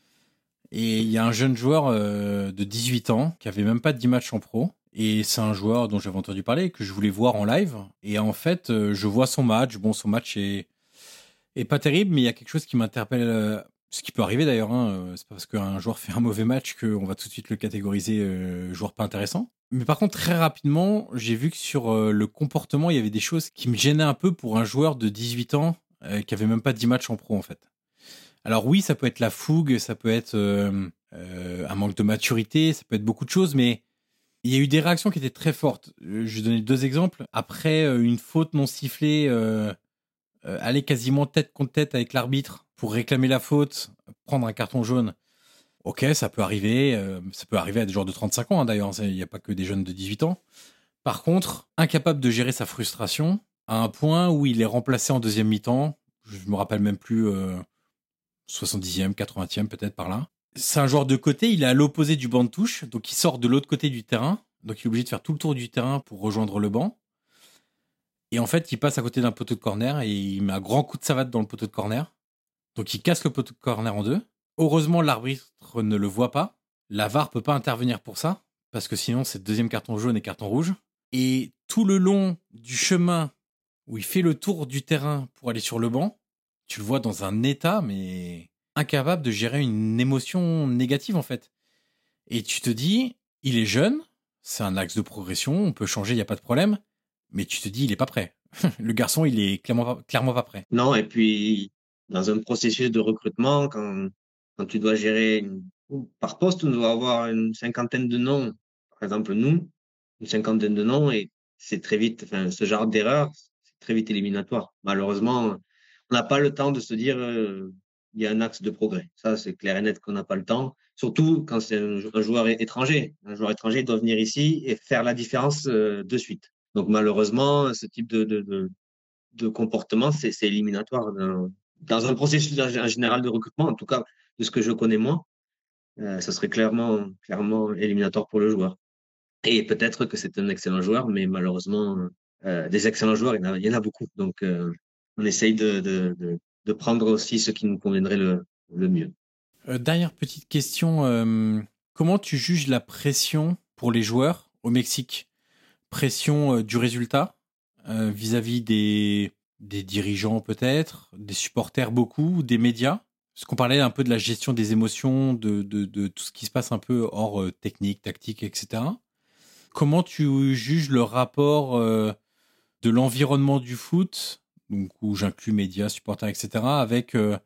et il y a un jeune joueur euh, de dix-huit ans qui avait même pas dix matchs en pro. Et c'est un joueur dont j'avais entendu parler, que je voulais voir en live. Et en fait, euh, je vois son match. Bon, son match est, est pas terrible, mais il y a quelque chose qui m'interpelle. euh, ce qui peut arriver d'ailleurs. Hein, euh, c'est pas parce qu'un joueur fait un mauvais match qu'on va tout de suite le catégoriser euh, joueur pas intéressant. Mais par contre, très rapidement, j'ai vu que sur euh, le comportement, il y avait des choses qui me gênaient un peu pour un joueur de dix-huit ans euh, qui avait même pas dix matchs en pro en fait. Alors oui, ça peut être la fougue, ça peut être euh, euh, un manque de maturité, ça peut être beaucoup de choses, mais il y a eu des réactions qui étaient très fortes. Euh, Je vais donner deux exemples. Après euh, une faute non sifflée, euh, euh, aller quasiment tête contre tête avec l'arbitre pour réclamer la faute, prendre un carton jaune. Ok, ça peut arriver. euh, ça peut arriver à des joueurs de trente-cinq ans, hein, d'ailleurs. Il n'y a pas que des jeunes de dix-huit ans. Par contre, incapable de gérer sa frustration à un point où il est remplacé en deuxième mi-temps. Je me rappelle même plus... Euh, soixante-dixième, quatre-vingtième peut-être par là. C'est un joueur de côté, il est à l'opposé du banc de touche, donc il sort de l'autre côté du terrain, donc il est obligé de faire tout le tour du terrain pour rejoindre le banc. Et en fait, il passe à côté d'un poteau de corner et il met un grand coup de savate dans le poteau de corner. Donc il casse le poteau de corner en deux. Heureusement, l'arbitre ne le voit pas. La V A R peut pas intervenir pour ça, parce que sinon c'est deuxième carton jaune et carton rouge. Et tout le long du chemin où il fait le tour du terrain pour aller sur le banc, tu le vois dans un état, mais incapable de gérer une émotion négative, en fait. Et tu te dis, il est jeune, c'est un axe de progression, on peut changer, il n'y a pas de problème, mais tu te dis, il est pas prêt. Le garçon, il est clairement pas, clairement pas prêt. Non, et puis, dans un processus de recrutement, quand, quand tu dois gérer une, par poste, on doit avoir une cinquantaine de noms. Par exemple, nous, une cinquantaine de noms, et c'est très vite, enfin, ce genre d'erreur, c'est très vite éliminatoire. Malheureusement, on n'a pas le temps de se dire, euh, il y a un axe de progrès. Ça, c'est clair et net qu'on n'a pas le temps. Surtout quand c'est un, un joueur étranger. Un joueur étranger doit venir ici et faire la différence euh, de suite. Donc, malheureusement, ce type de, de, de de comportement, c'est, c'est éliminatoire. Dans, dans un processus en général de recrutement, en tout cas de ce que je connais moi, euh, ça serait clairement, clairement éliminatoire pour le joueur. Et peut-être que c'est un excellent joueur, mais malheureusement, euh, des excellents joueurs, il y en a, il y en a beaucoup. Donc, euh, on essaye de, de, de, de prendre aussi ce qui nous conviendrait le, le mieux. Euh, dernière petite question, euh, comment tu juges la pression pour les joueurs au Mexique? Pression euh, du résultat euh, vis-à-vis des, des dirigeants peut-être, des supporters beaucoup, des médias? Parce qu'on parlait un peu de la gestion des émotions, de, de, de tout ce qui se passe un peu hors euh, technique, tactique, et cetera. Comment tu juges le rapport euh, de l'environnement du foot, donc où j'inclus médias, supporters, et cetera, avec euh,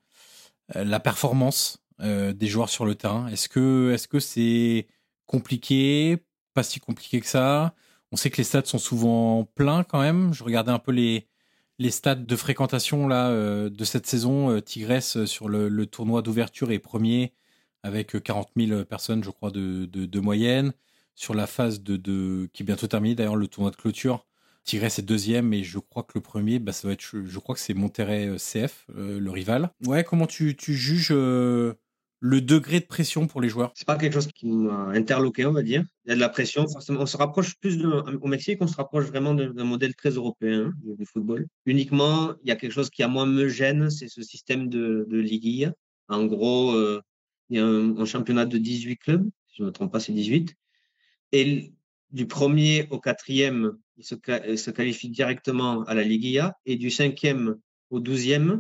la performance euh, des joueurs sur le terrain? Est-ce que est-ce que c'est compliqué, pas si compliqué que ça? On sait que les stades sont souvent pleins quand même. Je regardais un peu les les stats de fréquentation là euh, de cette saison. Euh, Tigres euh, sur le, le tournoi d'ouverture est premier avec quarante mille personnes, je crois, de, de, de moyenne. Sur la phase de, de qui est bientôt terminée, d'ailleurs, le tournoi de clôture, Tigres est deuxième, et je crois que le premier, bah, ça va être, je crois que c'est Monterrey C F, euh, le rival. Ouais, comment tu, tu juges euh, le degré de pression pour les joueurs? C'est pas quelque chose qui m'a interloqué, on va dire. Il y a de la pression, forcément. On se rapproche plus de, au Mexique, on se rapproche vraiment d'un modèle très européen hein, du, du football. Uniquement, il y a quelque chose qui à moi me gêne, c'est ce système de, de liguilla. En gros, euh, il y a un, un championnat de dix-huit clubs, si je ne me trompe pas, c'est dix-huit. Et du premier au quatrième, ils se, se qualifient directement à la liguilla, et du cinquième au douzième,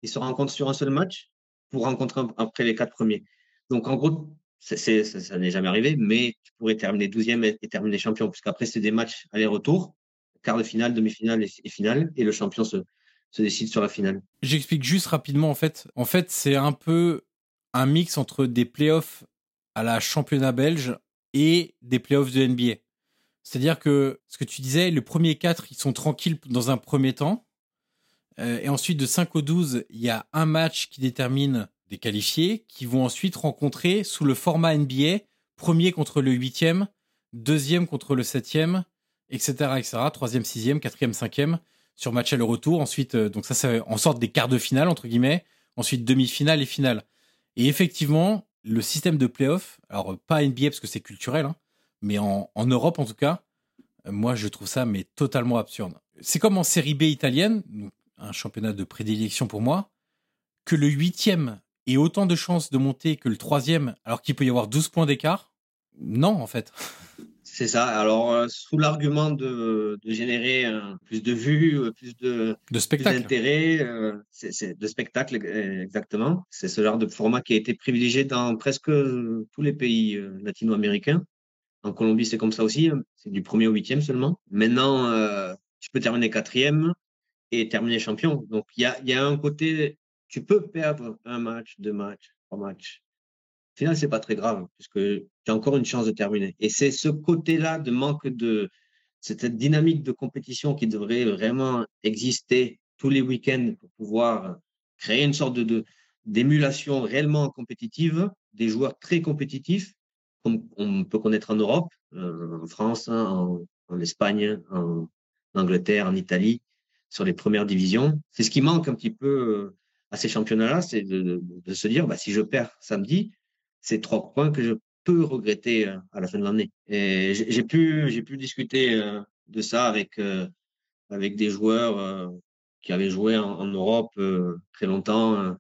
ils se rencontrent sur un seul match pour rencontrer après les quatre premiers. Donc, en gros, c'est, c'est, ça, ça n'est jamais arrivé, mais tu pourrais terminer douzième et, et terminer champion, puisqu'après, c'est des matchs aller-retour, quart de finale, demi-finale et, et finale, et le champion se, se décide sur la finale. J'explique juste rapidement, en fait. En fait, c'est un peu un mix entre des playoffs à la championnat belge et des playoffs de N B A. C'est-à-dire que, ce que tu disais, les premiers quatre, ils sont tranquilles dans un premier temps. Euh, et ensuite, de cinq au douze, il y a un match qui détermine des qualifiés qui vont ensuite rencontrer sous le format N B A, premier contre le huitième, deuxième contre le septième, et cetera, et cetera, troisième, sixième, quatrième, cinquième, sur match aller-retour. Ensuite, euh, donc ça, c'est en sorte des quarts de finale, entre guillemets. Ensuite, demi-finale et finale. Et effectivement, le système de play-off, alors pas N B A parce que c'est culturel, hein, mais en, en Europe en tout cas, euh, moi je trouve ça mais totalement absurde. C'est comme en série B italienne, donc un championnat de prédilection pour moi, que le huitième ait autant de chances de monter que le troisième, alors qu'il peut y avoir douze points d'écart. Non, en fait. C'est ça. Alors, euh, sous l'argument de, de générer euh, plus de vues, euh, plus de, de spectacle. Plus d'intérêt, euh, c'est, c'est de spectacle, exactement. C'est ce genre de format qui a été privilégié dans presque tous les pays euh, latino-américains. En Colombie, c'est comme ça aussi. C'est du premier au huitième seulement. Maintenant, euh, tu peux terminer quatrième et terminer champion. Donc, il y a, y a un côté, tu peux perdre un match, deux matchs, trois matchs. Au final, c'est pas très grave puisque tu as encore une chance de terminer. Et c'est ce côté-là de manque de cette dynamique de compétition qui devrait vraiment exister tous les week-ends pour pouvoir créer une sorte de, de d'émulation réellement compétitive, des joueurs très compétitifs, comme on peut connaître en Europe, euh, en France, hein, en, en Espagne, en Angleterre, en Italie, sur les premières divisions. C'est ce qui manque un petit peu euh, à ces championnats-là, c'est de, de, de se dire, bah, si je perds samedi, c'est trois points que je peux regretter euh, à la fin de l'année. Et j'ai, j'ai pu, j'ai pu discuter euh, de ça avec, euh, avec des joueurs euh, qui avaient joué en, en Europe euh, très longtemps, euh,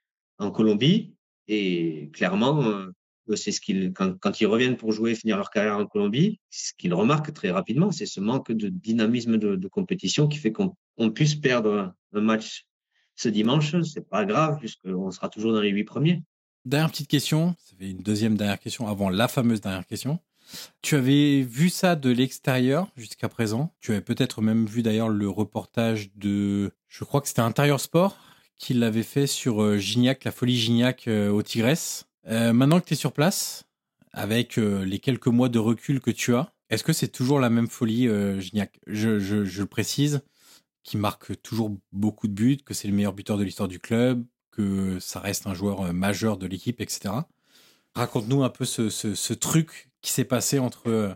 en Colombie. Et clairement, euh, c'est ce qu'ils, quand, quand ils reviennent pour jouer, finir leur carrière en Colombie, ce qu'ils remarquent très rapidement, c'est ce manque de dynamisme de, de compétition qui fait qu'on on puisse perdre un match ce dimanche. C'est pas grave, puisqu'on sera toujours dans les huit premiers. Dernière petite question, ça fait une deuxième dernière question avant la fameuse dernière question. Tu avais vu ça de l'extérieur jusqu'à présent. Tu avais peut-être même vu d'ailleurs le reportage de, je crois que c'était Intérieur Sport, qui l'avait fait sur euh, Gignac, la folie Gignac euh, au Tigresse. Euh, maintenant que tu es sur place, avec euh, les quelques mois de recul que tu as, est-ce que c'est toujours la même folie euh, Gignac ? je, je, je le précise, qui marque toujours beaucoup de buts, que c'est le meilleur buteur de l'histoire du club, que ça reste un joueur euh, majeur de l'équipe, et cetera. Raconte-nous un peu ce, ce, ce truc qui s'est passé entre, euh,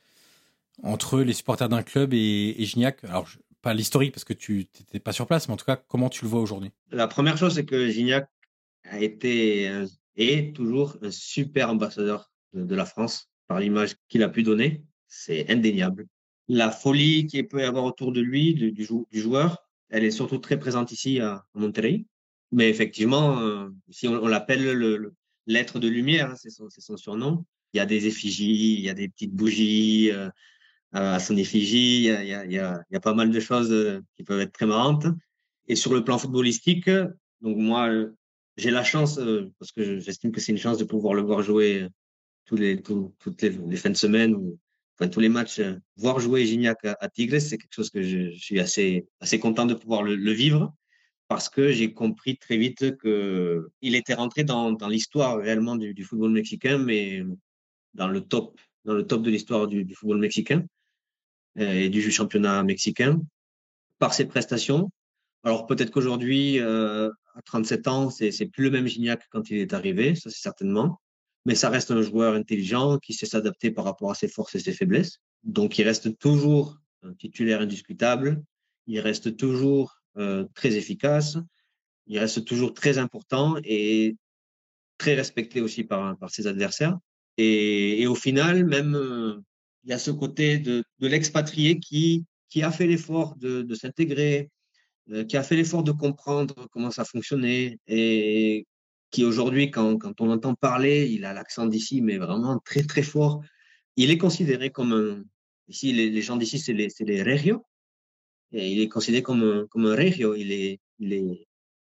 entre les supporters d'un club et, et Gignac. Alors, je, pas l'historique parce que tu n'étais pas sur place, mais en tout cas, comment tu le vois aujourd'hui ? La première chose, c'est que Gignac a été euh, et toujours un super ambassadeur de, de la France par l'image qu'il a pu donner. C'est indéniable. La folie qu'il peut y avoir autour de lui, du, du, jou- du joueur, elle est surtout très présente ici à, à Monterrey. Mais effectivement, euh, ici, on, on l'appelle le, le- l'être de lumière, hein, c'est son, c'est son surnom. Il y a des effigies, il y a des petites bougies euh, à son effigie, il y a, il y a, il y a, il y a pas mal de choses euh, qui peuvent être très marrantes. Et sur le plan footballistique, donc moi, euh, j'ai la chance, euh, parce que je- j'estime que c'est une chance de pouvoir le voir jouer tous les, tous- toutes les, les fins de semaine ou enfin, tous les matchs. euh, Voir jouer Gignac à, à Tigres, c'est quelque chose que je, je suis assez, assez content de pouvoir le, le vivre parce que j'ai compris très vite que il était rentré dans, dans l'histoire réellement du, du football mexicain, mais dans le top, dans le top de l'histoire du, du football mexicain euh, et du championnat mexicain par ses prestations. Alors peut-être qu'aujourd'hui, euh, à trente-sept ans, c'est c'est plus le même Gignac quand il est arrivé, ça c'est certainement. Mais ça reste un joueur intelligent qui sait s'adapter par rapport à ses forces et ses faiblesses. Donc il reste toujours un titulaire indiscutable. Il reste toujours euh, très efficace. Il reste toujours très important et très respecté aussi par, par ses adversaires. Et, et au final, même, euh, il y a ce côté de, de l'expatrié qui, qui a fait l'effort de, de s'intégrer, euh, qui a fait l'effort de comprendre comment ça fonctionnait et qui aujourd'hui, quand, quand on entend parler, il a l'accent d'ici, mais vraiment très, très fort. Il est considéré comme un... Ici, les, les gens d'ici, c'est les, c'est les regios. Et il est considéré comme un, comme un regio. Il est, il est,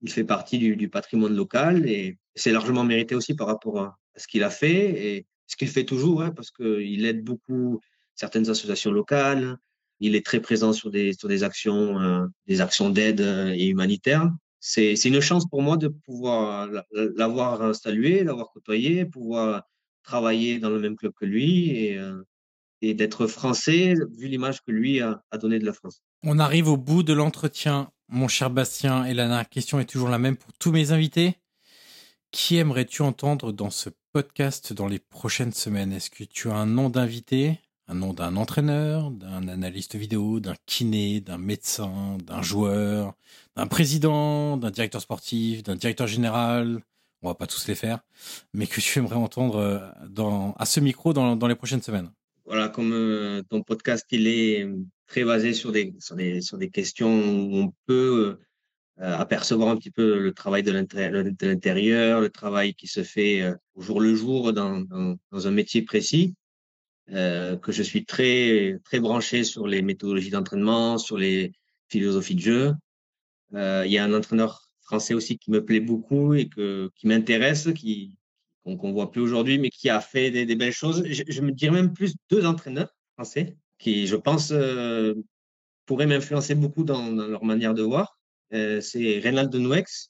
il fait partie du, du patrimoine local et c'est largement mérité aussi par rapport à ce qu'il a fait et ce qu'il fait toujours, hein, parce qu'il aide beaucoup certaines associations locales. Il est très présent sur des, sur des actions, euh, des actions d'aide et humanitaires. C'est, c'est une chance pour moi de pouvoir l'avoir salué, l'avoir côtoyé, pouvoir travailler dans le même club que lui et, euh, et d'être français, vu l'image que lui a, a donnée de la France. On arrive au bout de l'entretien, mon cher Bastien, et la dernière question est toujours la même pour tous mes invités. Qui aimerais-tu entendre dans ce podcast dans les prochaines semaines? Est-ce que tu as un nom d'invité, un nom d'un entraîneur, d'un analyste vidéo, d'un kiné, d'un médecin, d'un joueur, d'un président, d'un directeur sportif, d'un directeur général? On va pas tous les faire, mais que tu aimerais entendre dans, à ce micro dans, dans les prochaines semaines. Voilà, comme euh, ton podcast, il est très basé sur des, sur des, sur des questions où on peut euh, apercevoir un petit peu le travail de l'intérieur, de l'intérieur, le travail qui se fait euh, au jour le jour dans, dans, dans un métier précis, euh, que je suis très, très branché sur les méthodologies d'entraînement, sur les philosophies de jeu. Euh, il y a un entraîneur français aussi qui me plaît beaucoup et que, qui m'intéresse, qui, qu'on ne voit plus aujourd'hui, mais qui a fait des, des belles choses. Je, je me dirais même plus deux entraîneurs français qui, je pense, euh, pourraient m'influencer beaucoup dans, dans leur manière de voir. Euh, c'est Reynald de Nouex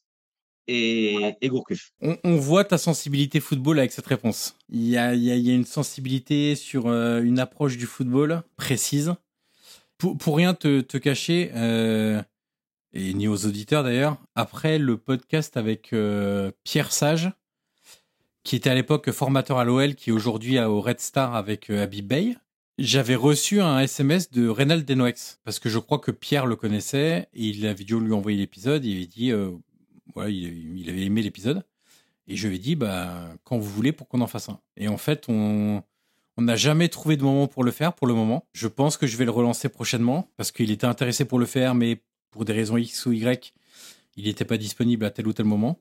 et, et Gourcuff. On, on voit ta sensibilité football avec cette réponse. Il y a, il y a, il y a une sensibilité sur euh, une approche du football précise. Pour, pour rien te, te cacher, euh, et ni aux auditeurs d'ailleurs, après le podcast avec euh, Pierre Sage, qui était à l'époque formateur à l'O L, qui est aujourd'hui au Red Star avec euh, Habib Bey, j'avais reçu un S M S de Reynald Denoex, parce que je crois que Pierre le connaissait, et il avait dû lui envoyer l'épisode, et il avait dit, euh, ouais, il, il avait aimé l'épisode, et je lui ai dit, bah, quand vous voulez, pour qu'on en fasse un. Et en fait, on on n'a jamais trouvé de moment pour le faire, pour le moment. Je pense que je vais le relancer prochainement, parce qu'il était intéressé pour le faire, mais pour des raisons X ou Y, il n'était pas disponible à tel ou tel moment.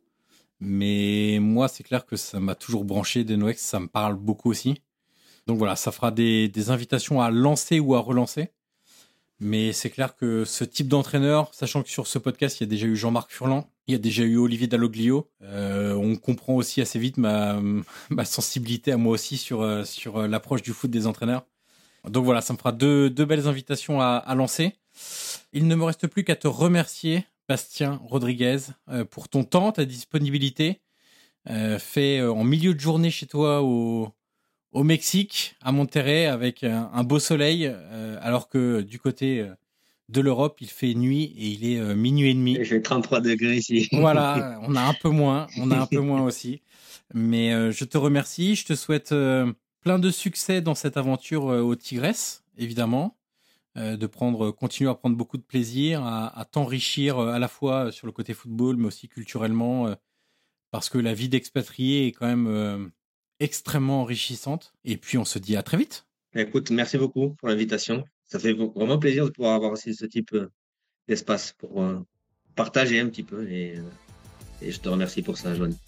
Mais moi, c'est clair que ça m'a toujours branché, Denoex, ça me parle beaucoup aussi. Donc voilà, ça fera des, des invitations à lancer ou à relancer. Mais c'est clair que ce type d'entraîneur, sachant que sur ce podcast, il y a déjà eu Jean-Marc Furlan, il y a déjà eu Olivier Dalloglio, euh, on comprend aussi assez vite ma, ma sensibilité à moi aussi sur, sur l'approche du foot des entraîneurs. Donc voilà, ça me fera deux, deux belles invitations à, à lancer. Il ne me reste plus qu'à te remercier, Bastien Rodriguez, euh, pour ton temps, ta disponibilité, euh, fait euh, en milieu de journée chez toi au, au Mexique, à Monterrey, avec un, un beau soleil, euh, alors que du côté euh, de l'Europe, il fait nuit et il est euh, minuit et demi. Il fait trente-trois degrés ici. Voilà, on a un peu moins, on a un peu moins aussi. Mais euh, je te remercie, je te souhaite euh, plein de succès dans cette aventure euh, au Tigres, évidemment. Euh, de prendre, continuer à prendre beaucoup de plaisir, à, à t'enrichir euh, à la fois sur le côté football, mais aussi culturellement, euh, parce que la vie d'expatrié est quand même euh, extrêmement enrichissante. Et puis, on se dit à très vite. Écoute, merci beaucoup pour l'invitation. Ça fait vraiment plaisir de pouvoir avoir aussi ce type d'espace pour euh, partager un petit peu. Et, et je te remercie pour ça, Joanne.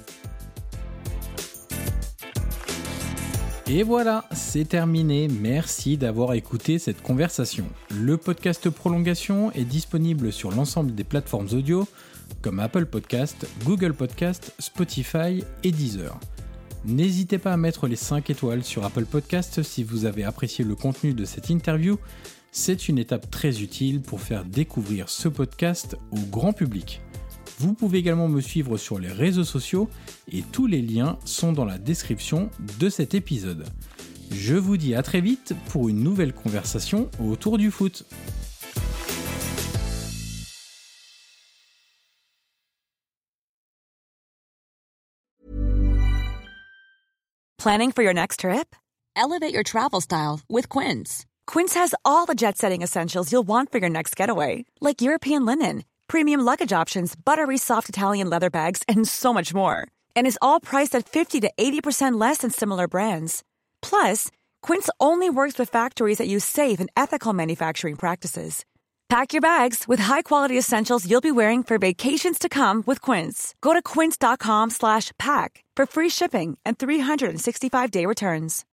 Et voilà, c'est terminé. Merci d'avoir écouté cette conversation. Le podcast Prolongation est disponible sur l'ensemble des plateformes audio comme Apple Podcast, Google Podcast, Spotify et Deezer. N'hésitez pas à mettre les cinq étoiles sur Apple Podcast si vous avez apprécié le contenu de cette interview. C'est une étape très utile pour faire découvrir ce podcast au grand public. Vous pouvez également me suivre sur les réseaux sociaux et tous les liens sont dans la description de cet épisode. Je vous dis à très vite pour une nouvelle conversation autour du foot. Planning for your next trip? Elevate your travel style with Quince. Quince has all the jet-setting essentials you'll want for your next getaway, like European linen, premium luggage options, buttery soft Italian leather bags, and so much more. And is all priced at fifty to eighty percent less than similar brands. Plus, Quince only works with factories that use safe and ethical manufacturing practices. Pack your bags with high-quality essentials you'll be wearing for vacations to come with Quince. Go to quince.com slash pack for free shipping and three sixty-five day returns.